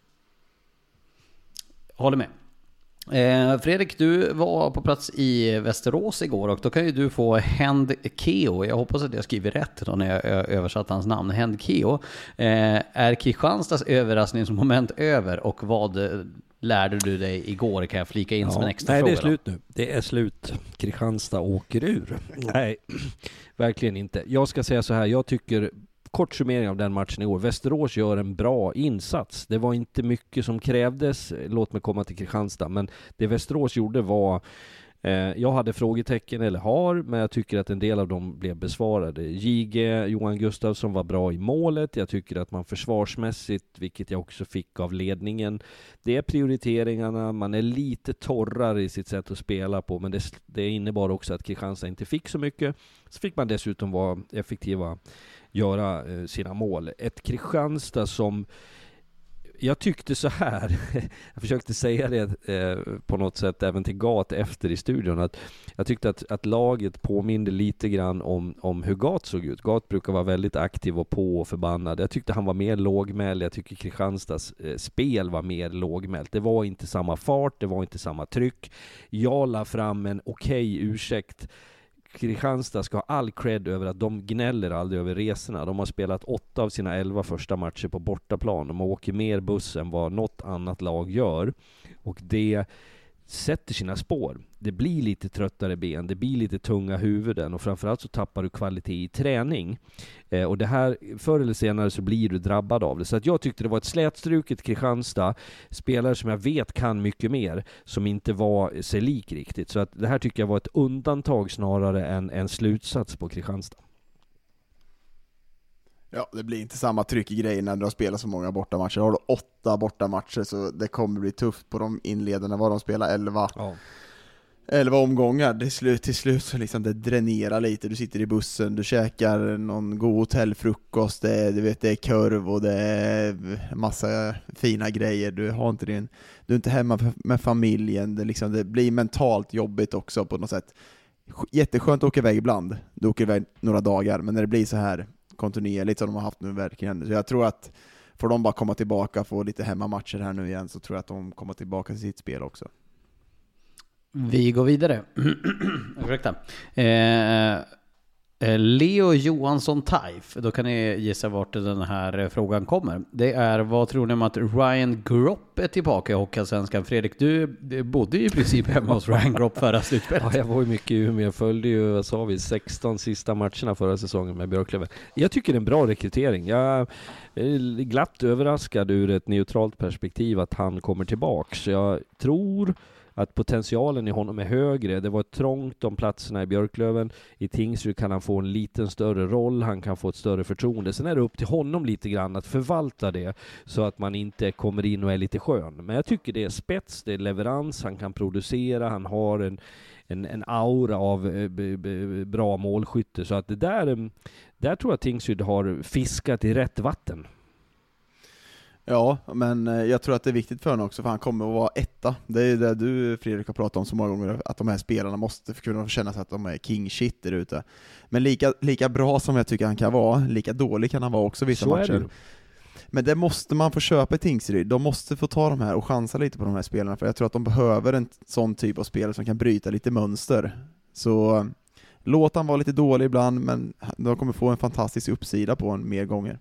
Håller med. Eh, Fredrik, du var på plats i Västerås igår och då kan ju du få Hend Keo. Jag hoppas att jag skriver rätt då när jag översatt hans namn. Hend Keo. Eh, är Kristianstads överraskningsmoment över och vad lärde du dig igår, kan jag flika in ja, som en extra nej, fråga? Nej, det är slut nu. Det är slut. Kristianstad åker ur. Nej, verkligen inte. Jag ska säga så här, jag tycker, kort summering av den matchen i år, Västerås gör en bra insats. Det var inte mycket som krävdes, låt mig komma till Kristianstad, men det Västerås gjorde var, eh, jag hade frågetecken, eller har, men jag tycker att en del av dem blev besvarade. J G, Johan Gustafsson, var bra i målet. Jag tycker att man försvarsmässigt, vilket jag också fick av ledningen, det är prioriteringarna, man är lite torrare i sitt sätt att spela på, men det, det innebar också att Kristianstad inte fick så mycket. Så fick man dessutom vara effektiva, göra eh, sina mål. Ett Kristianstad som jag tyckte så här, jag försökte säga det eh, på något sätt även till Gat efter i studion, att jag tyckte att, att laget påminde lite grann om, om hur Gat såg ut. Gat brukar vara väldigt aktiv och på och förbannad. Jag tyckte han var mer lågmäld, jag tycker Kristianstads eh, spel var mer lågmält. Det var inte samma fart, det var inte samma tryck. Jag la fram en okej ursäkt. Kristianstad ska ha all cred över att de gnäller aldrig över resorna. De har spelat åtta av sina elva första matcher på bortaplan. De åker mer buss än vad något annat lag gör. Och det sätter sina spår. Det blir lite tröttare ben, det blir lite tunga huvuden och framförallt så tappar du kvalitet i träning. Eh, och det här, förr eller senare så blir du drabbad av det. Så att jag tyckte det var ett slätstruket Kristianstad, spelare som jag vet kan mycket mer, som inte var sig lik riktigt. Så att det här tycker jag var ett undantag snarare än en slutsats på Kristianstad. Ja, det blir inte samma tryck i grejerna när du har spelat så många bortamatcher. Har du åtta bortamatcher så det kommer bli tufft på de inledarna. Var de spelar elva. Ja. elva omgångar, det är slut, till slut så liksom det dränerar lite. Du sitter i bussen, du käkar någon god hotellfrukost, det är, du vet, det är kurv och det är massa fina grejer. Du har inte din, du är inte hemma med familjen. Det, liksom, det blir mentalt jobbigt också på något sätt. Jätteskönt att åka iväg ibland. Du åker iväg några dagar, men när det blir så här kontinuerligt som de har haft nu verkligen. Så jag tror att får de bara komma tillbaka och få lite hemmamatcher här nu igen, så tror jag att de kommer tillbaka till sitt spel också. Vi går vidare. Ursäkta. Eh, Leo Johansson Taif. Då kan ni gissa vart den här frågan kommer. Det är, vad tror ni om att Ryan Gropp är tillbaka i Hockeyallsvenskan? Fredrik, du bodde ju i princip hemma hos Ryan Gropp förra slutspelet. Ja, jag var ju mycket i Umeå. Jag följde ju, vad sa vi, sexton sista matcherna förra säsongen med Björklöven. Jag tycker det är en bra rekrytering. Jag är glatt överraskad ur ett neutralt perspektiv att han kommer tillbaka. Så jag tror att potentialen i honom är högre. Det var trångt om platserna i Björklöven. I Tingsryd kan han få en liten större roll. Han kan få ett större förtroende. Sen är det upp till honom lite grann att förvalta det så att man inte kommer in och är lite skön. Men jag tycker det är spets, det är leverans. Han kan producera. Han har en, en, en aura av b, b, bra målskytte. Så att det där, där tror jag att Tingsryd har fiskat i rätt vatten. Ja, men jag tror att det är viktigt för honom också, för han kommer att vara etta. Det är det du, Fredrik, har pratat om så många gånger, att de här spelarna måste kunna känna sig att de är king shit där ute. Men lika, lika bra som jag tycker han kan vara, lika dålig kan han vara också vissa så matcher. Det. Men det måste man få köpa i Tingsryd. De måste få ta de här och chansa lite på de här spelarna, för jag tror att de behöver en sån typ av spelare som kan bryta lite mönster. Så låt han vara lite dålig ibland, men de kommer få en fantastisk uppsida på en mer gånger.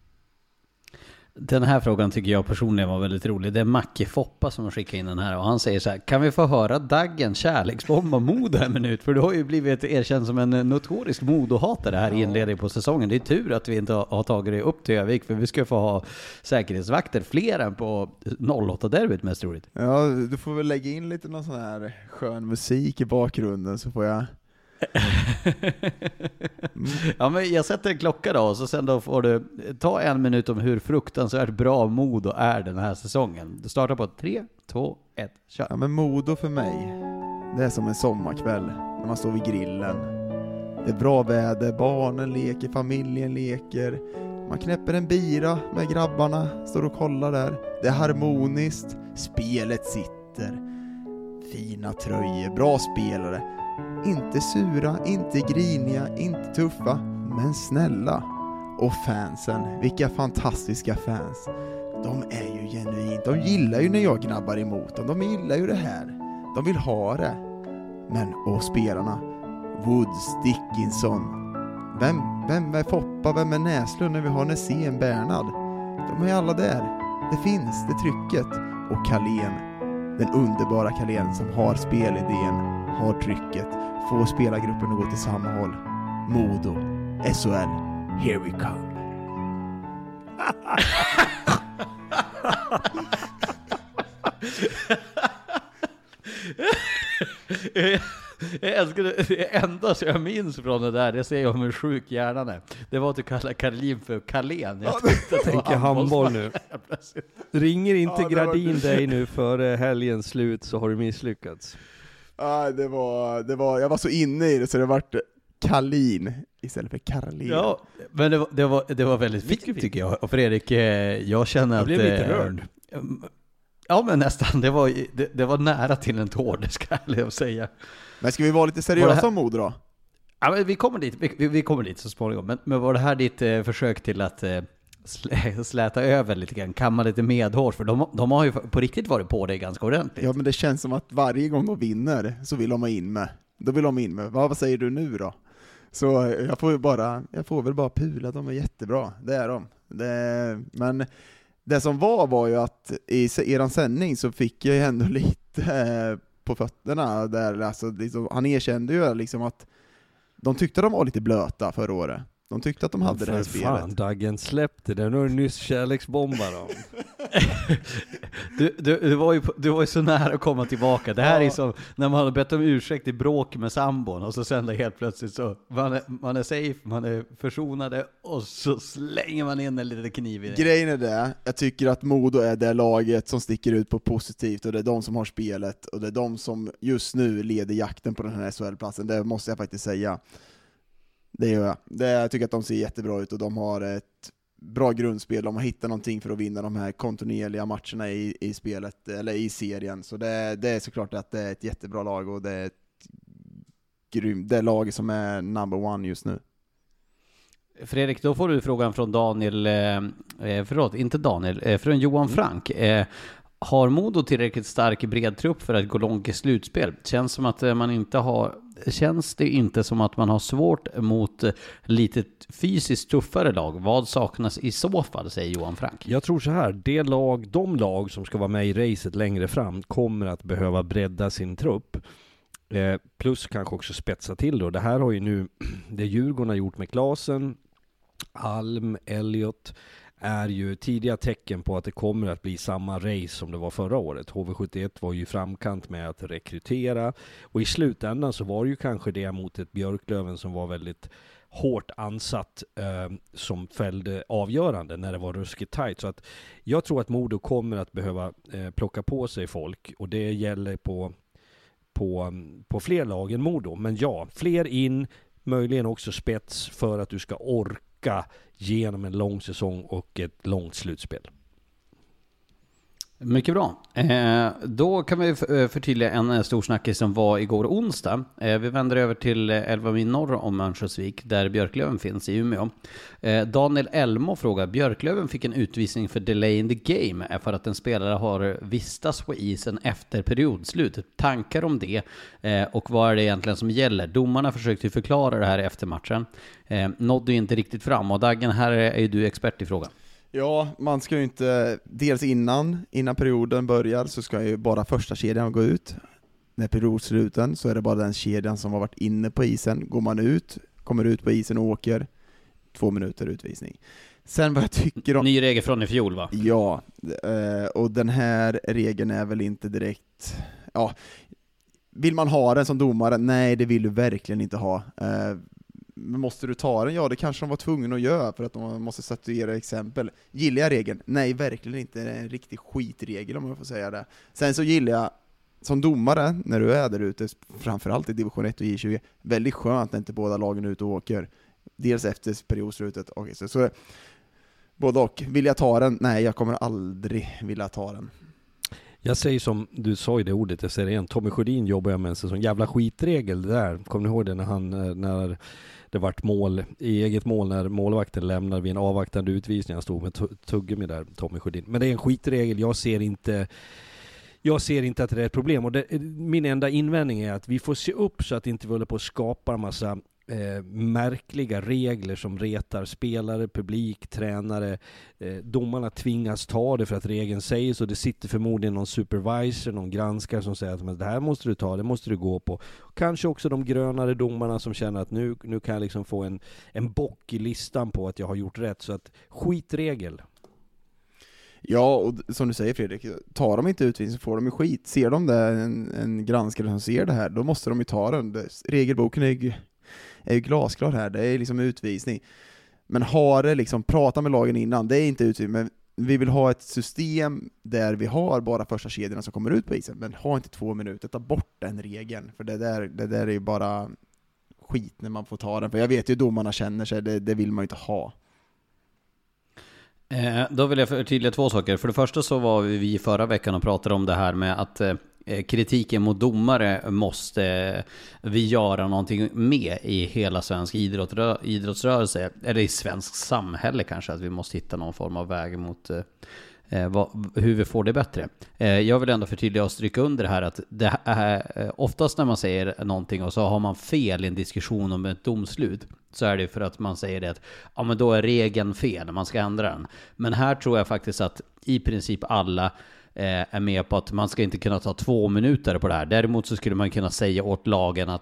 Den här frågan tycker jag personligen var väldigt rolig. Det är Macke Foppa som skickar in den här och han säger så här: kan vi få höra Daggen kärleksbomba Modo en minut? För du har ju blivit erkänd som en notorisk Modo-hatare här i inledningen på säsongen. Det är tur att vi inte har tagit det upp till Övik, för vi ska få ha säkerhetsvakter fler än på noll åtta-derbyt mest roligt. Ja, du får väl lägga in lite någon sån här skön musik i bakgrunden så får jag... Mm. Ja, men jag sätter en klocka då, och så sen då får du ta en minut om hur fruktansvärt bra Modo är den här säsongen. Du startar på tre, två, ett, kör. Ja, men Modo för mig, det är som en sommarkväll när man står vid grillen. Det är bra väder, barnen leker, familjen leker. Man knäpper en bira med grabbarna, står och kollar där. Det är harmoniskt, spelet sitter. Fina tröjor, bra spelare. Inte sura, inte griniga, inte tuffa, men snälla. Och fansen, vilka fantastiska fans. De är ju genuint, de gillar ju när jag gnabbar emot dem. De gillar ju det här, de vill ha det. Men, och spelarna, Woods, Dickinson. Vem, vem är Foppa, vem är Näslund när vi har Nässén, Bernhard? De är alla där, det finns, det trycket. Och Carlén, den underbara Carlén som har spelidén, har trycket, få spelargruppen att gå till samma håll. Modo, S O L, here we come. Jag älskar det. Det enda som jag minns från det där, det säger jag om en sjuk hjärnan är. Det var att du kallade Karlin för Carlén. Jag ja, tänker handboll nu. Ringer inte ja, Gradin var... dig nu för helgens slut, så har du misslyckats. Ah, det var, det var, jag var så inne i det så det vart Karlin istället för Karlén. Ja, men det var, det var, det var väldigt fint tycker jag. Och Fredrik, jag känner att... Jag blev lite rörd. Ja, men nästan. Det var, det, det var nära till en tår, det ska jag säga. Men ska vi vara lite seriösa om Modo då? Ja, men vi kommer dit, vi, vi kommer dit så småningom. Men, men var det här ditt eh, försök till att eh, slä, släta över lite grann, kamma lite medhår? För de, de har ju på riktigt varit på det ganska ordentligt. Ja, men det känns som att varje gång de vinner så vill de ha in med. Då vill de in med. Vad, vad säger du nu då? Så jag får, bara, jag får väl bara pula, de är jättebra. Det är de. Det, men det som var var ju att i eran sändning så fick jag ju ändå lite eh, på fötterna där, alltså, liksom, han erkände ju liksom att de tyckte de var lite blöta förra året. De tyckte att de hade ja, det här spelet. Fan, Daggen släppte det. Nu är det nyss kärleksbombar då. du, du, du, var ju, du var ju så nära att komma tillbaka. Det här ja. är som när man har bett om ursäkt i bråk med sambon och så sen helt plötsligt så man är, man är safe, man är försonade och så slänger man in en liten kniv i det. Grejen är det, jag tycker att Modo är det laget som sticker ut på positivt och det är de som har spelet och det är de som just nu leder jakten på den här S H L-platsen. Det måste jag faktiskt säga. Det gör jag. Det, jag tycker att de ser jättebra ut och de har ett bra grundspel. De har hittat någonting för att vinna de här kontinuerliga matcherna i, i spelet, eller i serien. Så det, det är såklart att det är ett jättebra lag och det är ett grym, det är laget som är number one just nu. Fredrik, då får du frågan från Daniel, eh, förlåt, inte Daniel, eh, från Johan Frank. Eh, har Modo tillräckligt stark bred trupp för att gå långt i slutspel? Känns som att man inte har, känns det inte som att man har svårt mot lite fysiskt tuffare lag? Vad saknas i så fall, säger Johan Frank? Jag tror så här, det lag, de lag som ska vara med i racet längre fram kommer att behöva bredda sin trupp. Eh, plus kanske också spetsa till då. Det här har ju nu det Djurgården har gjort med Klasen, Alm, Elliot är ju tidiga tecken på att det kommer att bli samma race som det var förra året. H V sjuttioett var ju framkant med att rekrytera och i slutändan så var det ju kanske det mot ett Björklöven som var väldigt hårt ansatt eh, som fällde avgörande när det var ruskigt tajt. Så att jag tror att Modo kommer att behöva eh, plocka på sig folk och det gäller på, på, på fler lag än Modo. Men ja, fler in, möjligen också spets för att du ska orka genom en lång säsong och ett långt slutspel. Mycket bra. Eh, då kan vi förtydliga en stor snackis som var igår onsdag. Eh, vi vänder över till elva mil norr om Örnsköldsvik där Björklöven finns i Umeå. Eh, Daniel Elmo frågar, Björklöven fick en utvisning för delay in the game för att en spelare har vistats på isen efter periodslut. Tankar om det eh, och vad är det egentligen som gäller? Domarna försökte förklara det här efter matchen. Eh, nådde ju inte riktigt fram och Daggen, här är ju du expert i frågan. Ja, man ska ju inte, dels innan, innan perioden börjar så ska ju bara första kedjan gå ut. När periodsluten så är det bara den kedjan som har varit inne på isen. Går man ut, kommer ut på isen och åker, två minuter utvisning. Sen vad jag tycker om... Ny regel från i fjol, va? Ja, och den här regeln är väl inte direkt... Ja, vill man ha den som domare? Nej, det vill du verkligen inte ha. Måste du ta den? Ja, det kanske de var tvungna att göra för att de måste statuera exempel. Gillar jag regeln? Nej, verkligen inte. Det är en riktig skitregel om jag får säga det. Sen så gillar jag som domare, när du är där ute, framförallt i division ett och J tjugo, väldigt skönt när inte båda lagen är ute och åker. Dels efter periodslutet. Okay, så, så både och. Vill jag ta den? Nej, jag kommer aldrig vilja ta den. Jag säger som du sa i det ordet, jag säger igen, Tommy Sjödin jobbar jag med en sån jävla skitregel där. Kommer ni ihåg det när han, när det vart mål, i eget mål när målvakten lämnar vid en avvaktande utvisning, han stod med tuggummi där, Tommy Sjödin. Men det är en skitregel, jag ser inte jag ser inte att det är ett problem och det, min enda invändning är att vi får se upp så att inte vi håller på att skapa en massa Eh, märkliga regler som retar spelare, publik, tränare. Eh, domarna tvingas ta det för att regeln säger så. Det sitter förmodligen någon supervisor, någon granskare som säger att men det här måste du ta, det måste du gå på. Kanske också de grönare domarna som känner att nu, nu kan jag liksom få en, en bock i listan på att jag har gjort rätt. Så att skitregel. Ja, och som du säger Fredrik, tar de inte utvisning så får de ju skit. Ser de det, en, en granskare som ser det här, då måste de ju ta den. Det, regelboken är ju är ju glasklar här, det är liksom utvisning. Men har det liksom, prata med lagen innan, det är inte utvisning, men vi vill ha ett system där vi har bara första kedjorna som kommer ut på isen, men ha inte två minuter, ta bort den regeln, för det där, det där är ju bara skit när man får ta den, för jag vet ju domarna känner sig, det, det vill man ju inte ha. Eh, då vill jag förtydliga två saker. För det första så var vi förra veckan och pratade om det här med att eh, kritiken mot domare måste vi göra någonting med i hela svensk idrott, idrottsrörelse, eller i svensk samhälle kanske, att vi måste hitta någon form av väg mot eh, vad, hur vi får det bättre. Eh, jag vill ändå förtydliga och stryka under det här att det är, oftast när man säger någonting och så har man fel i en diskussion om ett domslut, så är det för att man säger det att ja, men då är regeln fel, man ska ändra den. Men här tror jag faktiskt att i princip alla är med på att man ska inte kunna ta två minuter på det här. Däremot så skulle man kunna säga åt lagen att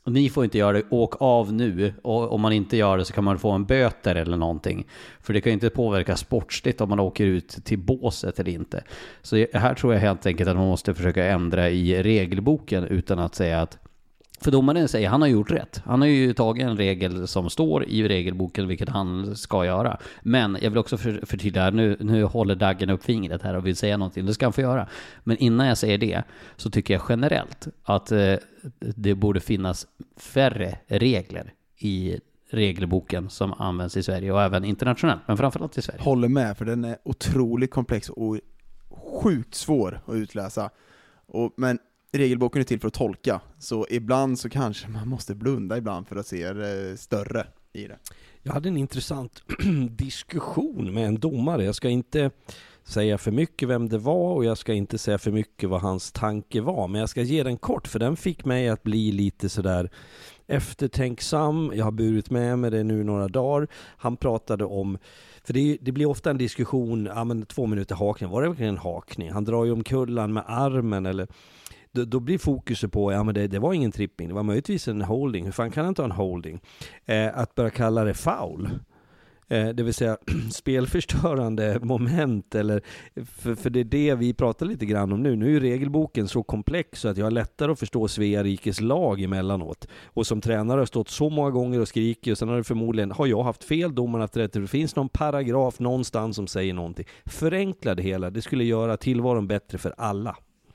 ni får inte göra det, åk av nu, och om man inte gör det så kan man få en böter eller någonting, för det kan ju inte påverka sportsligt om man åker ut till båset eller inte. Så här tror jag helt enkelt att man måste försöka ändra i regelboken utan att säga att, för domaren säger han har gjort rätt. Han har ju tagit en regel som står i regelboken, vilket han ska göra. Men jag vill också för, förtydliga, nu, nu håller Daggen upp fingret här och vill säga någonting. Det ska han få göra. Men innan jag säger det så tycker jag generellt att eh, det borde finnas färre regler i regelboken som används i Sverige och även internationellt, men framförallt i Sverige. Håller med, för den är otroligt komplex och sjukt svår att utläsa. Och, men regelboken är till för att tolka, så ibland så kanske man måste blunda ibland för att se eh, större i det. Jag hade en intressant diskussion med en domare. Jag ska inte säga för mycket vem det var och jag ska inte säga för mycket vad hans tanke var, men jag ska ge den kort, för den fick mig att bli lite sådär eftertänksam. Jag har burit med mig det nu några dagar. Han pratade om, för det, det blir ofta en diskussion, ja men två minuter hakning, var det verkligen en hakning? Han drar ju om kullan med armen, eller Då, då blir fokuset på, ja men det, det var ingen tripping, det var möjligtvis en holding. Hur fan kan det inte ha en holding? Eh, att börja kalla det foul. Eh, det vill säga spelförstörande moment, eller, för, för det är det vi pratar lite grann om nu. Nu är regelboken så komplex så att jag har lättare att förstå Svea rikes lag emellanåt. Och som tränare har jag stått så många gånger och skrikit, och sen har det förmodligen, har jag haft fel, domaren haft rätt, det finns någon paragraf någonstans som säger någonting. Förenkla det hela, det skulle göra tillvaron bättre för alla.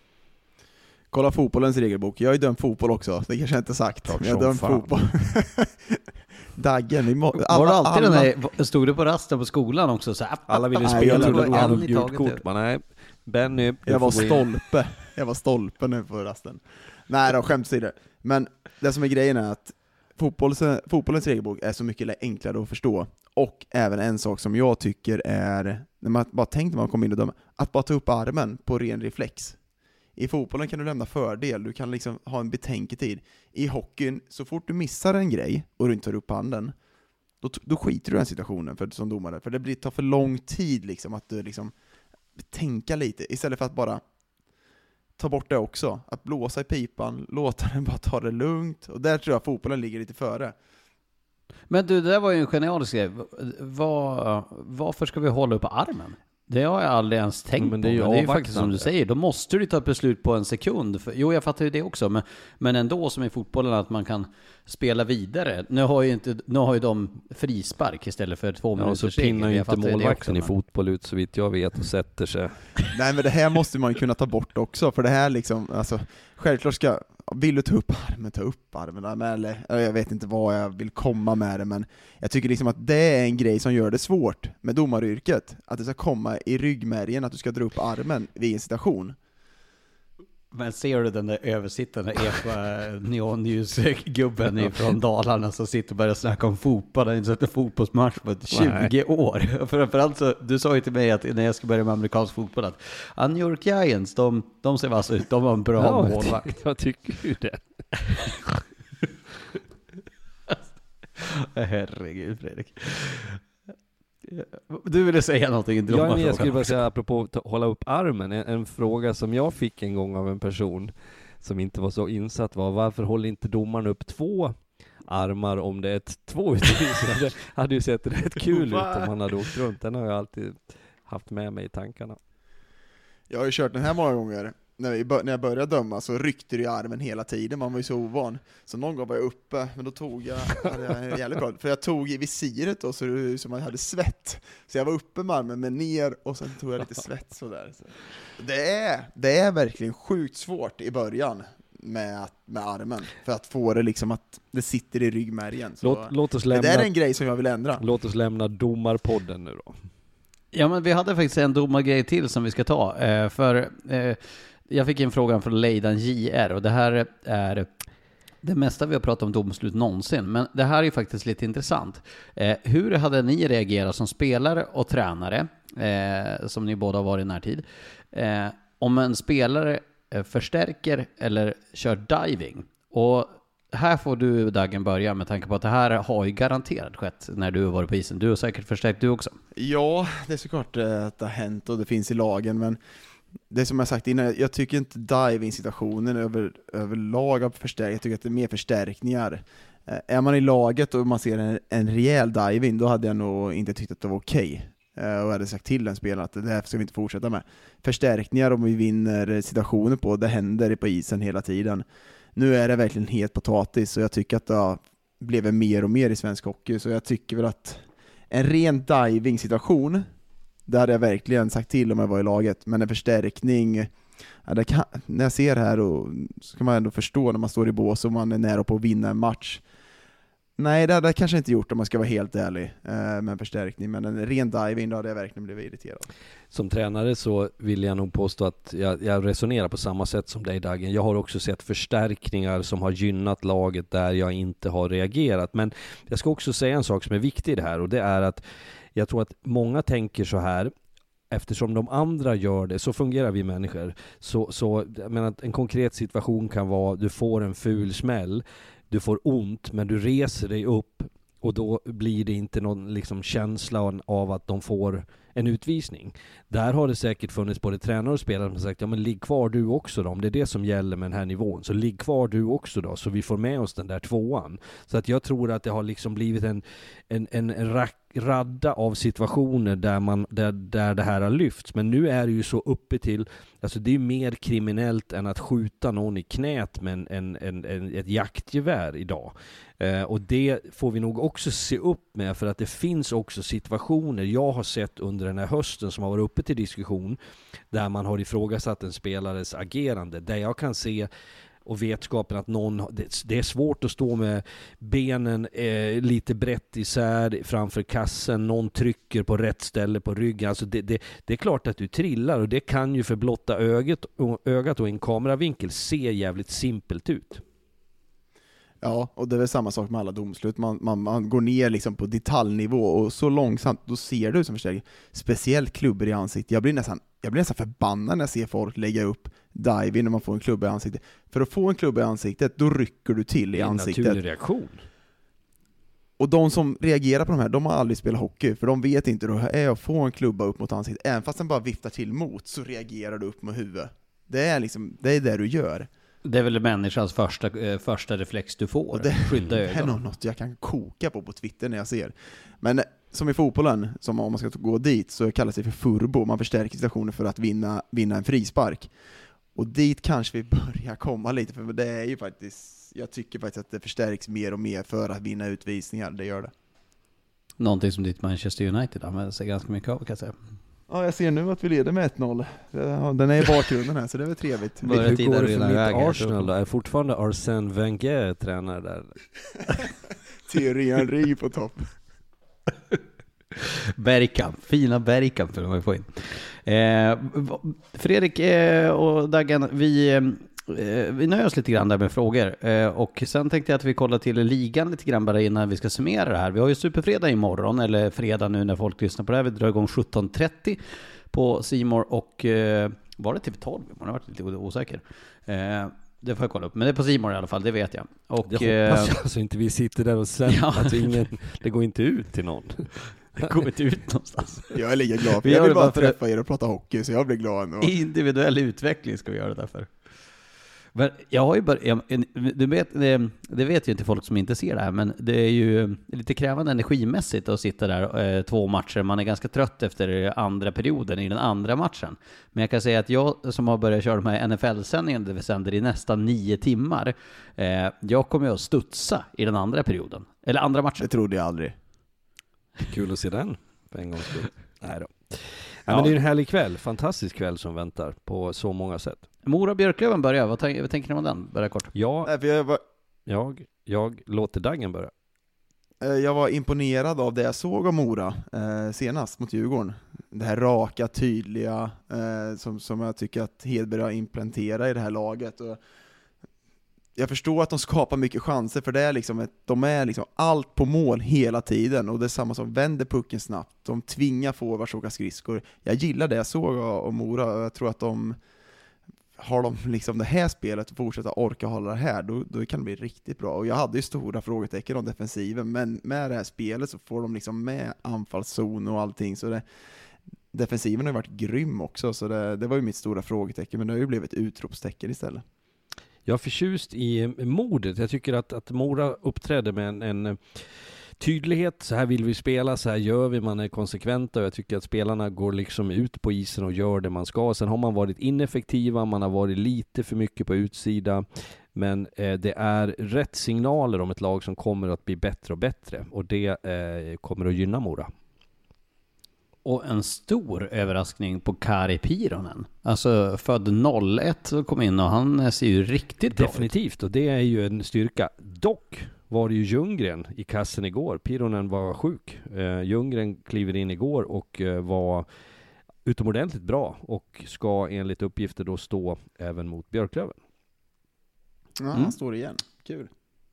Kolla fotbollens regelbok. Jag har ju dömt fotboll också. Det kanske jag inte sagt. Men jag har dömt fotboll. Daggen. Vi må, alla, var det alltid alla, den där, stod du på rasten på skolan också? Så här, alla ville spela och gjort kort. Man, nej, Benny, jag var stolpe. Jag var stolpe nu på rasten. Nej då, skämtsidor. Men det som är grejen är att fotbollens, fotbollens regelbok är så mycket enklare att förstå. Och även en sak som jag tycker är, när man bara tänkte när man kom in och döma, att bara ta upp armen på ren reflex. I fotbollen kan du lämna fördel, du kan liksom ha en betänketid. I hockeyn, så fort du missar en grej och du inte tar upp handen, då, då skiter du i den situationen för, som domare. För det blir, tar för lång tid liksom, att du liksom tänka lite, istället för att bara ta bort det också. Att blåsa i pipan, låta den bara ta det lugnt. Och där tror jag fotbollen ligger lite före. Men du, det där var ju en genialisk grej. Var, varför ska vi hålla upp armen? Det har jag aldrig ens tänkt men det är ju på. Men det är ju faktiskt som du säger. Då måste du ta ett beslut på en sekund. För, jo, jag fattar ju det också. Men, men ändå som i fotbollen att man kan spela vidare. Nu har ju, inte, nu har ju de frispark istället för två minuter. Ja, så pinnar ju inte målvakten i fotboll ut så vitt jag vet och sätter sig. Nej, men det här måste man ju kunna ta bort också. För det här liksom, alltså, självklart ska, vill du ta upp armen, ta upp armen. Eller, jag vet inte vad jag vill komma med det, men jag tycker liksom att det är en grej som gör det svårt med domaryrket. Att det ska komma i ryggmärgen, att du ska dra upp armen vid en situation. Men ser du den där översittande Epa Neon News-gubben från Dalarna som sitter och börjar snacka om fotboll, han sätter fotbollsmatch på tjugo Nej. år. Framförallt så, du sa ju till mig att när jag ska börja med amerikansk fotboll att ah, New York Giants, de, de ser vass ut, de har en bra ja, målvakt. Jag tycker ju det. Herregud, Fredrik. Du ville säga någonting. Ja, jag skulle bara säga apropå att hålla upp armen, en, en fråga som jag fick en gång av en person som inte var så insatt var: varför håller inte domaren upp två armar om det är ett två utvisningar? Det hade ju sett rätt kul ut om han hade åkt runt. Den har jag alltid haft med mig i tankarna. Jag har ju kört den här många gånger. När, vi, när jag började döma så ryckte det i armen hela tiden, man var ju så ovan. Så någon gång var jag uppe, men då tog jag, hade jag jävligt bra, för jag tog i visiret då, så det som man hade svett. Så jag var uppe med armen, men ner, och sen tog jag lite svett sådär. Så. Det, är, det är verkligen sjukt svårt i början med, med armen, för att få det liksom att det sitter i ryggmärgen. Så låt, låt oss lämna, det är en grej som jag vill ändra. Låt oss lämna domarpodden nu då. Ja, men vi hade faktiskt en domargrej till som vi ska ta. Eh, för eh, jag fick en fråga från Leidan J R, och det här är det mesta vi har pratat om domslut någonsin. Men det här är faktiskt lite intressant. Eh, hur hade ni reagerat som spelare och tränare, eh, som ni båda har varit i närtid, eh, om en spelare eh, förstärker eller kör diving? Och här får du, Daggen, börja med tanke på att det här har ju garanterat skett när du har varit på isen. Du har säkert förstärkt du också. Ja, det är såklart att det har hänt och det finns i lagen, men det är som jag sagt innan, jag tycker inte diving-situationen över, överlag av förstärkning, jag tycker att det är mer förstärkningar. Eh, är man i laget och man ser en, en rejäl diving, då hade jag nog inte tyckt att det var okej. Okay. Eh, och jag hade sagt till en spelare att det här ska vi inte fortsätta med. Förstärkningar om vi vinner situationer på, det händer på isen hela tiden. Nu är det verkligen helt potatis och jag tycker att det har blivit mer och mer i svensk hockey, så jag tycker väl att en ren diving-situation, det hade jag verkligen sagt till om jag var i laget, men en förstärkning, ja, det kan, när jag ser här och så kan man ändå förstå när man står i bås och man är nära på att vinna en match. Nej, det hade jag kanske inte gjort om man ska vara helt ärlig eh, med en förstärkning, men en ren diving, då hade jag verkligen blivit irriterad. Som tränare så vill jag nog påstå att jag, jag resonerar på samma sätt som dig, Dagen. Jag har också sett förstärkningar som har gynnat laget där jag inte har reagerat, men jag ska också säga en sak som är viktig i det här, och det är att jag tror att många tänker så här: eftersom de andra gör det så fungerar vi människor. Så, så jag menar, en konkret situation kan vara: du får en ful smäll, du får ont, men du reser dig upp och då blir det inte någon liksom känsla av att de får en utvisning. Där har det säkert funnits både tränare och spelare som har sagt: ja, men ligg kvar du också då, om det är det som gäller med den här nivån, så ligg kvar du också då, så vi får med oss den där tvåan. Så att jag tror att det har liksom blivit en, en, en, en rack radda av situationer där, man, där, där det här har lyfts. Men nu är det ju så uppe till, alltså det är mer kriminellt än att skjuta någon i knät med en, en, en, en, ett jaktgevär idag. Eh, och det får vi nog också se upp med, för att det finns också situationer jag har sett under den här hösten som har varit uppe till diskussion där man har ifrågasatt en spelares agerande, där jag kan se och vetskapen att någon, det är svårt att stå med benen eh, lite brett isär framför kassen, någon trycker på rätt ställe på ryggen, alltså det, det, det är klart att du trillar, och det kan ju för blotta ögat, ögat och en kameravinkel se jävligt simpelt ut. Ja, och det är väl samma sak med alla domslut. Man, man, man går ner liksom på detaljnivå och så långsamt, då ser du som förstärkning. Speciellt klubbor i ansiktet. Jag blir nästan, jag blir nästan förbannad när jag ser folk lägga upp diving när man får en klubba i ansiktet. För att få en klubba i ansiktet, då rycker du till i ansiktet. Det är en naturlig reaktion. Och de som reagerar på de här, de har aldrig spelat hockey, för de vet inte hur det är att få en klubba upp mot ansiktet. Även fast den bara viftar till mot, så reagerar du upp med huvudet. Det är liksom, det är det du gör. Det är väl människans första, eh, första reflex du får. Och det skydda ögon. är nog något jag kan koka på på Twitter när jag ser. Men som i fotbollen, som om man ska gå dit, så kallas det för furbo. Man förstärker situationen för att vinna, vinna en frispark. Och dit kanske vi börjar komma lite, för det är ju faktiskt, jag tycker faktiskt att det förstärks mer och mer för att vinna utvisningar. Det gör det. Någonting som ditt Manchester United använder sig ganska mycket av, kan jag säga. Ja, jag ser nu att vi leder med ett noll. Den är i bakgrunden här, så det är väl trevligt. Hur går det för mitt Arsenal då? Är fortfarande Arsène Wenger tränare där? Thierry Henry på topp. Bergkamp, fina Bergkamp för att få in. Eh, Fredrik eh, och Dagen, vi, eh, vi nöjer oss lite grann där med frågor. Eh, och sen tänkte jag att vi kollar till ligan lite grann bara innan vi ska summera det här. Vi har ju Superfredag imorgon, eller fredag nu när folk lyssnar på det här. Vi drar igång sjutton trettio på C More och eh, var det T V tolv? Man har varit lite osäker. Eh, Det får jag kolla upp, men det är på C More i alla fall, det vet jag. Och, jag hoppas eh, alltså inte vi sitter där och sen ja. att ingen, det går inte ut till någon. Det kommer inte ut någonstans. Jag är lika glad, för jag vill bara träffa er och prata hockey, så jag blir glad ändå. Individuell utveckling ska vi göra det därför. Men jag har ju börjat, du vet, det, det vet ju inte folk som inte ser det här, men det är ju lite krävande energimässigt att sitta där eh, två matcher. Man är ganska trött efter andra perioden i den andra matchen. Men jag kan säga att jag som har börjat köra de här N F L-sändningarna, det vi sänder i nästan nio timmar, eh, jag kommer att studsa i den andra perioden. Eller andra matchen. Det trodde jag aldrig. Kul att se den för en gångs skull. Nej då. Ja, men det är en härlig kväll, fantastisk kväll som väntar på så många sätt. Mora Björklöven börjar, vad, tänk, vad tänker ni om den? Börja kort. Ja, Nej, för jag, var... jag, jag låter Dagen börja. Jag var imponerad av det jag såg av Mora eh, senast mot Djurgården. Det här raka, tydliga eh, som, som jag tycker att Hedberg har implementerat i det här laget. Och jag förstår att de skapar mycket chanser, för det är liksom ett, de är liksom allt på mål hela tiden, och det är samma som vänder pucken snabbt. De tvingar forwards att åka skridskor. Jag gillar det jag såg av Mora, och jag tror att de har de liksom det här spelet och fortsätta orka hålla det här, då, då kan det bli riktigt bra. Och jag hade ju stora frågetecken om defensiven, men med det här spelet så får de liksom med anfallszon och allting, så det, defensiven har varit grym också, så det, det var ju mitt stora frågetecken, men det har ju blivit ett utropstecken istället. Jag är förtjust i modet. Jag tycker att, att Mora uppträdde med en, en tydlighet. Så här vill vi spela, så här gör vi. Man är konsekventa och jag tycker att spelarna går liksom ut på isen och gör det man ska. Sen har man varit ineffektiva, man har varit lite för mycket på utsida. Men eh, det är rätt signaler om ett lag som kommer att bli bättre och bättre. Och det eh, kommer att gynna Mora. Och en stor överraskning på Kari Pironen. Alltså född noll ett så kom in och han ser ju riktigt bra. Definitivt, och det är ju en styrka. Dock var det ju Ljunggren i kassen igår. Pironen var sjuk. Eh, Ljunggren kliver in igår och eh, var utomordentligt bra och ska enligt uppgifter då stå även mot Björklöven. Ja, Mm. han står igen. Kul.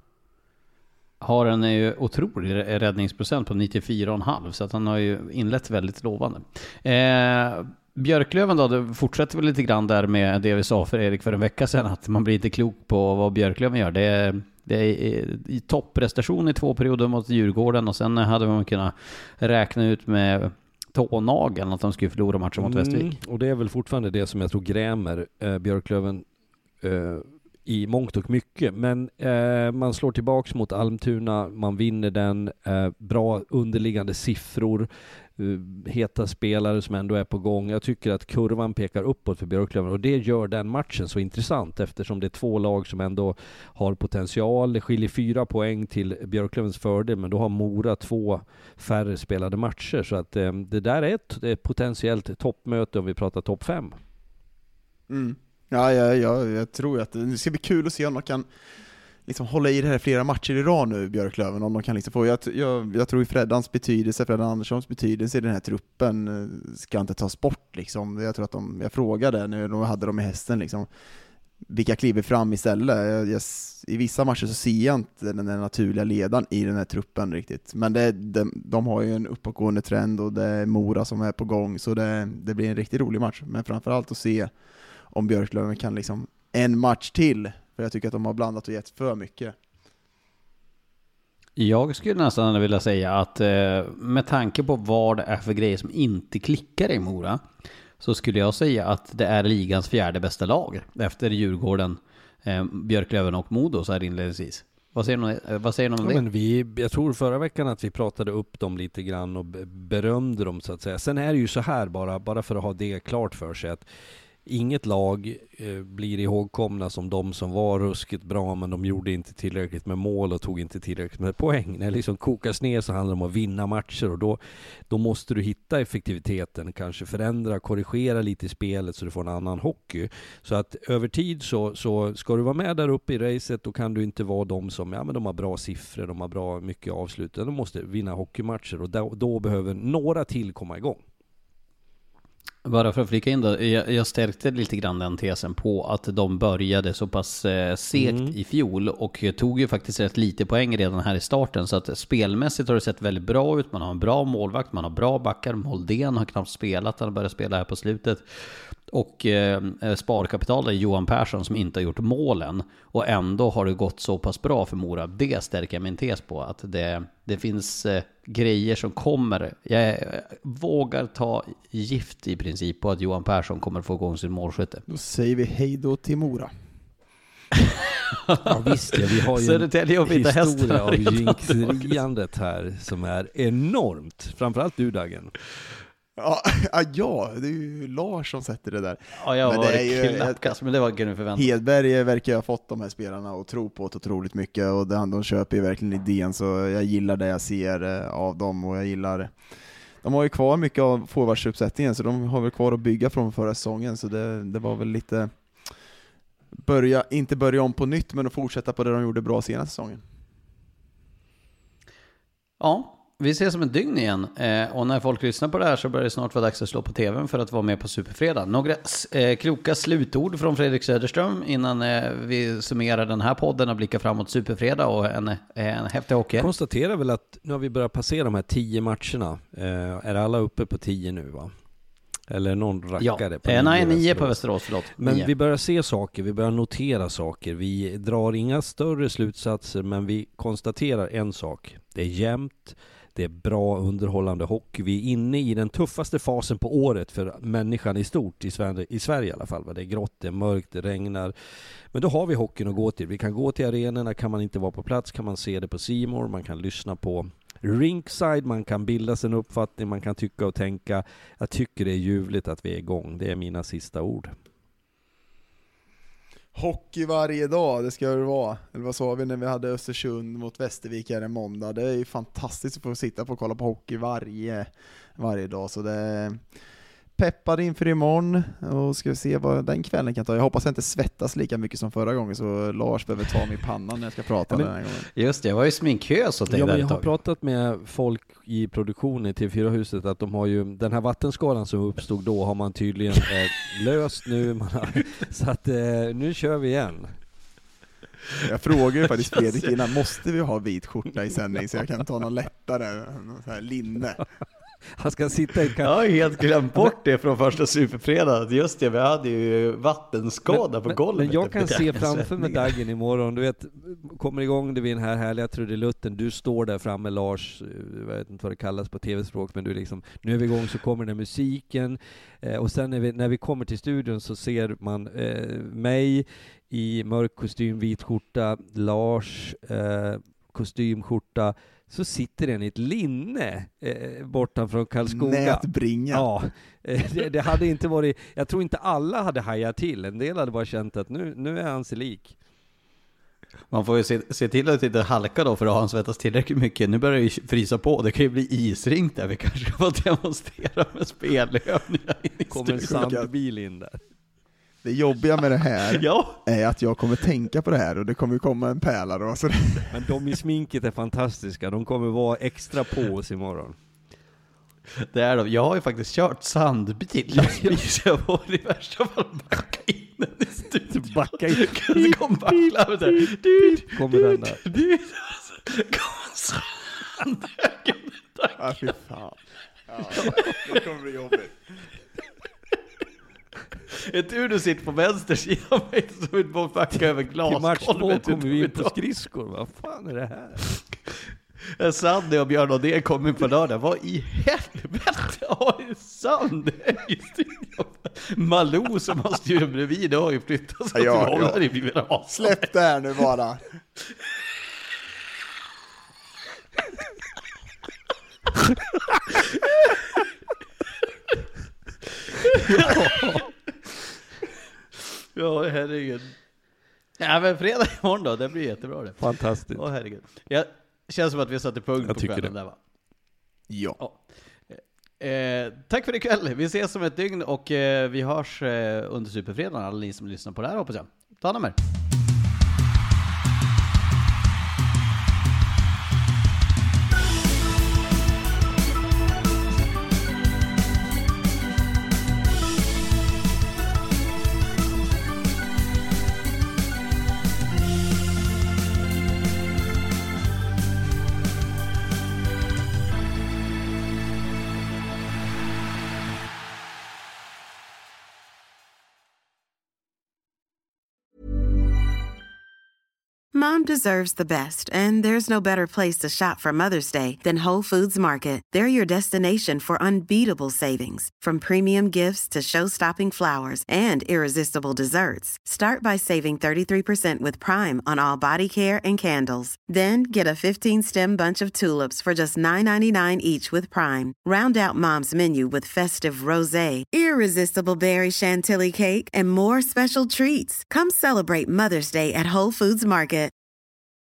Har en ju otrolig räddningsprocent på nittiofyra komma fem, så att han har ju inlett väldigt lovande. Eh, Björklöven då, det fortsätter väl lite grann där med det vi sa för Erik för en vecka sedan, att man blir inte klok på vad Björklöven gör. Det är, det är i topprestation i två perioder mot Djurgården, och sen hade man kunnat räkna ut med tånageln att de skulle förlora matchen mot Västervik. Mm, och det är väl fortfarande det som jag tror grämer eh, Björklöven eh, i mångt och mycket, men eh, man slår tillbaks mot Almtuna, man vinner den, eh, bra underliggande siffror, eh, heta spelare som ändå är på gång. Jag tycker att kurvan pekar uppåt för Björklöven, och det gör den matchen så intressant, eftersom det är två lag som ändå har potential. Det skiljer fyra poäng till Björklövens fördel, men då har Mora två färre spelade matcher, så att eh, det där är ett, ett potentiellt toppmöte om vi pratar topp fem. Mm. Ja, ja, ja, jag tror att det ska bli kul att se om de kan liksom hålla i det här flera matcher i rad nu, Björklöven, om de kan liksom få, jag, jag, jag tror i Freddans betydelse, Freddan Anderssons betydelse i den här truppen ska inte tas bort liksom. Jag tror att de, jag frågade när de hade dem i hästen liksom, vilka kliver fram istället. Jag, jag, i vissa matcher så ser jag inte den där naturliga ledaren i den här truppen riktigt, men det, de, de har ju en uppåtgående trend och det är Mora som är på gång, så det, det blir en riktigt rolig match, men framförallt att se om Björklöven kan liksom en match till, för jag tycker att de har blandat och gett för mycket. Jag skulle nästan vilja säga att eh, med tanke på vad det är för grejer som inte klickar i Mora, så skulle jag säga att det är ligans fjärde bästa lag efter Djurgården, eh, Björklöven och Modo så här inledningsvis. Vad säger ni, vad säger ni om det? Ja, men vi, jag tror förra veckan att vi pratade upp dem lite grann och berömde dem så att säga. Sen är det ju så här, bara, bara för att ha det klart för sig, att inget lag eh, blir ihågkomna som de som var ruskigt bra, men de gjorde inte tillräckligt med mål och tog inte tillräckligt med poäng. När det liksom kokas ner så handlar det om att vinna matcher, och då, då måste du hitta effektiviteten, kanske förändra, korrigera lite i spelet så du får en annan hockey. Så att över tid så, så ska du vara med där uppe i racet, då kan du inte vara de som, ja men de har bra siffror, de har bra mycket avslut, de måste vinna hockeymatcher, och då, då behöver några till komma igång. Bara för att flika in då, jag, jag stärkte lite grann den tesen på att de började så pass eh, segt mm. i fjol och tog ju faktiskt rätt lite poäng redan här i starten, så att spelmässigt har det sett väldigt bra ut. Man har en bra målvakt, man har bra backar. Moldén har knappt spelat, han har börjat spela här på slutet. Och eh, sparkapitalet Johan Persson som inte har gjort målen, och ändå har det gått så pass bra för Mora. Det stärker min tes på att det, det finns eh, grejer som kommer. Jag vågar ta gift i princip på att Johan Persson kommer få igång sin målskytte. Då säger vi hej då till Mora. Ja visst, ja, vi har ju Södertälje och en historia av jinxriandet här som är enormt. Framförallt du, Dagen. Ja, ja, det är ju Lars som sätter det där. Ja, jag men var det är ju knappkast, men det var inte förväntat. Hedberg verkar ha fått de här spelarna och tro på det otroligt mycket, och det, de köper ju verkligen idén, så jag gillar det jag ser av dem, och jag gillar, de har ju kvar mycket av forwardsuppsättningen, så de har väl kvar att bygga från förra säsongen, så det, det var väl lite börja, inte börja om på nytt, men att fortsätta på det de gjorde bra senaste säsongen. Ja, vi ses som en dygn igen, eh, och när folk lyssnar på det här så börjar det snart vara dags att slå på tvn för att vara med på Superfredag. Några eh, kloka slutord från Fredrik Söderström innan eh, vi summerar den här podden och blickar framåt Superfredag och en, en häftig hockey. Jag konstaterar väl att nu har vi börjat passera de här tio matcherna. Eh, är alla uppe på tio nu, va? Eller någon rackare ja. på eh, Nej, nio nio på Västerås, förlåt. Men nio. vi börjar se saker, vi börjar notera saker. Vi drar inga större slutsatser, men vi konstaterar en sak. Det är jämnt, det är bra underhållande hockey. Vi är inne i den tuffaste fasen på året för människan i stort, i Sverige, i Sverige i alla fall. Det är grått, det är mörkt, det regnar. Men då har vi hockeyn att gå till. Vi kan gå till arenorna, kan man inte vara på plats kan man se det på C More, man kan lyssna på Rinkside, man kan bilda sin uppfattning, man kan tycka och tänka. Jag tycker det är ljuvligt att vi är igång. Det är mina sista ord. Hockey varje dag, det ska det vara. Eller vad sa vi när vi hade Östersund mot Västervik här en måndag? Det är ju fantastiskt att få sitta på och kolla på hockey varje, varje dag. Så det peppar inför imorgon och ska vi se vad den kvällen kan ta. Jag hoppas jag inte svettas lika mycket som förra gången, så Lars behöver ta mig i pannan när jag ska prata ja, men, den här gången. Just det, jag var ju sminkös åt dig ja, där Jag har tag. pratat med folk i produktionen i T V fyra-huset att de har ju, den här vattenskadan som uppstod då har man tydligen eh, löst nu. Man har, så att eh, nu kör vi igen. Jag frågar ju faktiskt Fredrik innan, måste vi ha vit skjorta i sändning så jag kan ta någon lättare, någon så här linne. Han ska sitta i kan... Jag har helt glömt bort det från första Superfredag. Just det, vi hade ju vattenskada men, på men, golvet. Men jag kan se framför mig Dagen imorgon. Du vet, kommer igång det vid den här härliga trudelutten. Du står där framme, Lars, jag vet inte vad det kallas på tv-språk, men du liksom, nu är vi igång, så kommer den musiken. Eh, och sen när vi, när vi kommer till studion så ser man eh, mig i mörk kostym, vit skjorta, Lars eh, kostymskjorta. Så sitter den i ett linne eh, borta från Karlskoga. Nätbringa. Ja, eh, det, det hade inte varit... Jag tror inte alla hade hajat till. En del hade bara känt att nu, nu är han sig lik. Man får ju se, se till att inte halka då för att ha han svettas tillräckligt mycket. Nu börjar det ju frysa på. Det kan ju bli isringt där. Vi kanske får demonstrera med spelövningar. Kommer en sandbil in där. Det jobbiga med det här ja. är att jag kommer tänka på det här och det kommer komma en pärla då. Så men de i sminket är fantastiska. De kommer vara extra på oss imorgon. Det är de. Jag har ju faktiskt kört sandbil. Jag får i värsta fall backa in den i studion. Backa in. Kan kom backla där. Kommer den där. Kommer sandhögen. Ja, fy fan. Ja, det kommer bli jobbigt. Är tur du sitter på vänster sida av mig så vill bara backa över glasgolvet. Till match två kommer vi in på skridskor. Vad fan är det här? Sandy och Björn och det kommer in på lördag. Vad i helvete har ju Sandy i studion? Malou som har studion bredvid har ju flyttat så ja, att ja. det blir ja. Släpp det här nu bara. ja. Ja, herregud. Ja, men fredag imorgon då, det blir jättebra det. Fantastiskt. Åh, herregud. Jag känns som att vi satte punkt jag på kvällen det. där, va? Ja. ja. Eh, tack för ikväll. Vi ses om ett dygn och eh, vi hörs eh, under Superfredagen. Alla ni som lyssnar på det här, hoppas jag. Ta hand om er. Mom deserves the best, and there's no better place to shop for Mother's Day than Whole Foods Market. They're your destination for unbeatable savings, from premium gifts to show-stopping flowers and irresistible desserts. Start by saving thirty-three percent with Prime on all body care and candles. Then get a fifteen-stem bunch of tulips for just nine ninety-nine each with Prime. Round out Mom's menu with festive rosé, irresistible berry chantilly cake, and more special treats. Come celebrate Mother's Day at Whole Foods Market.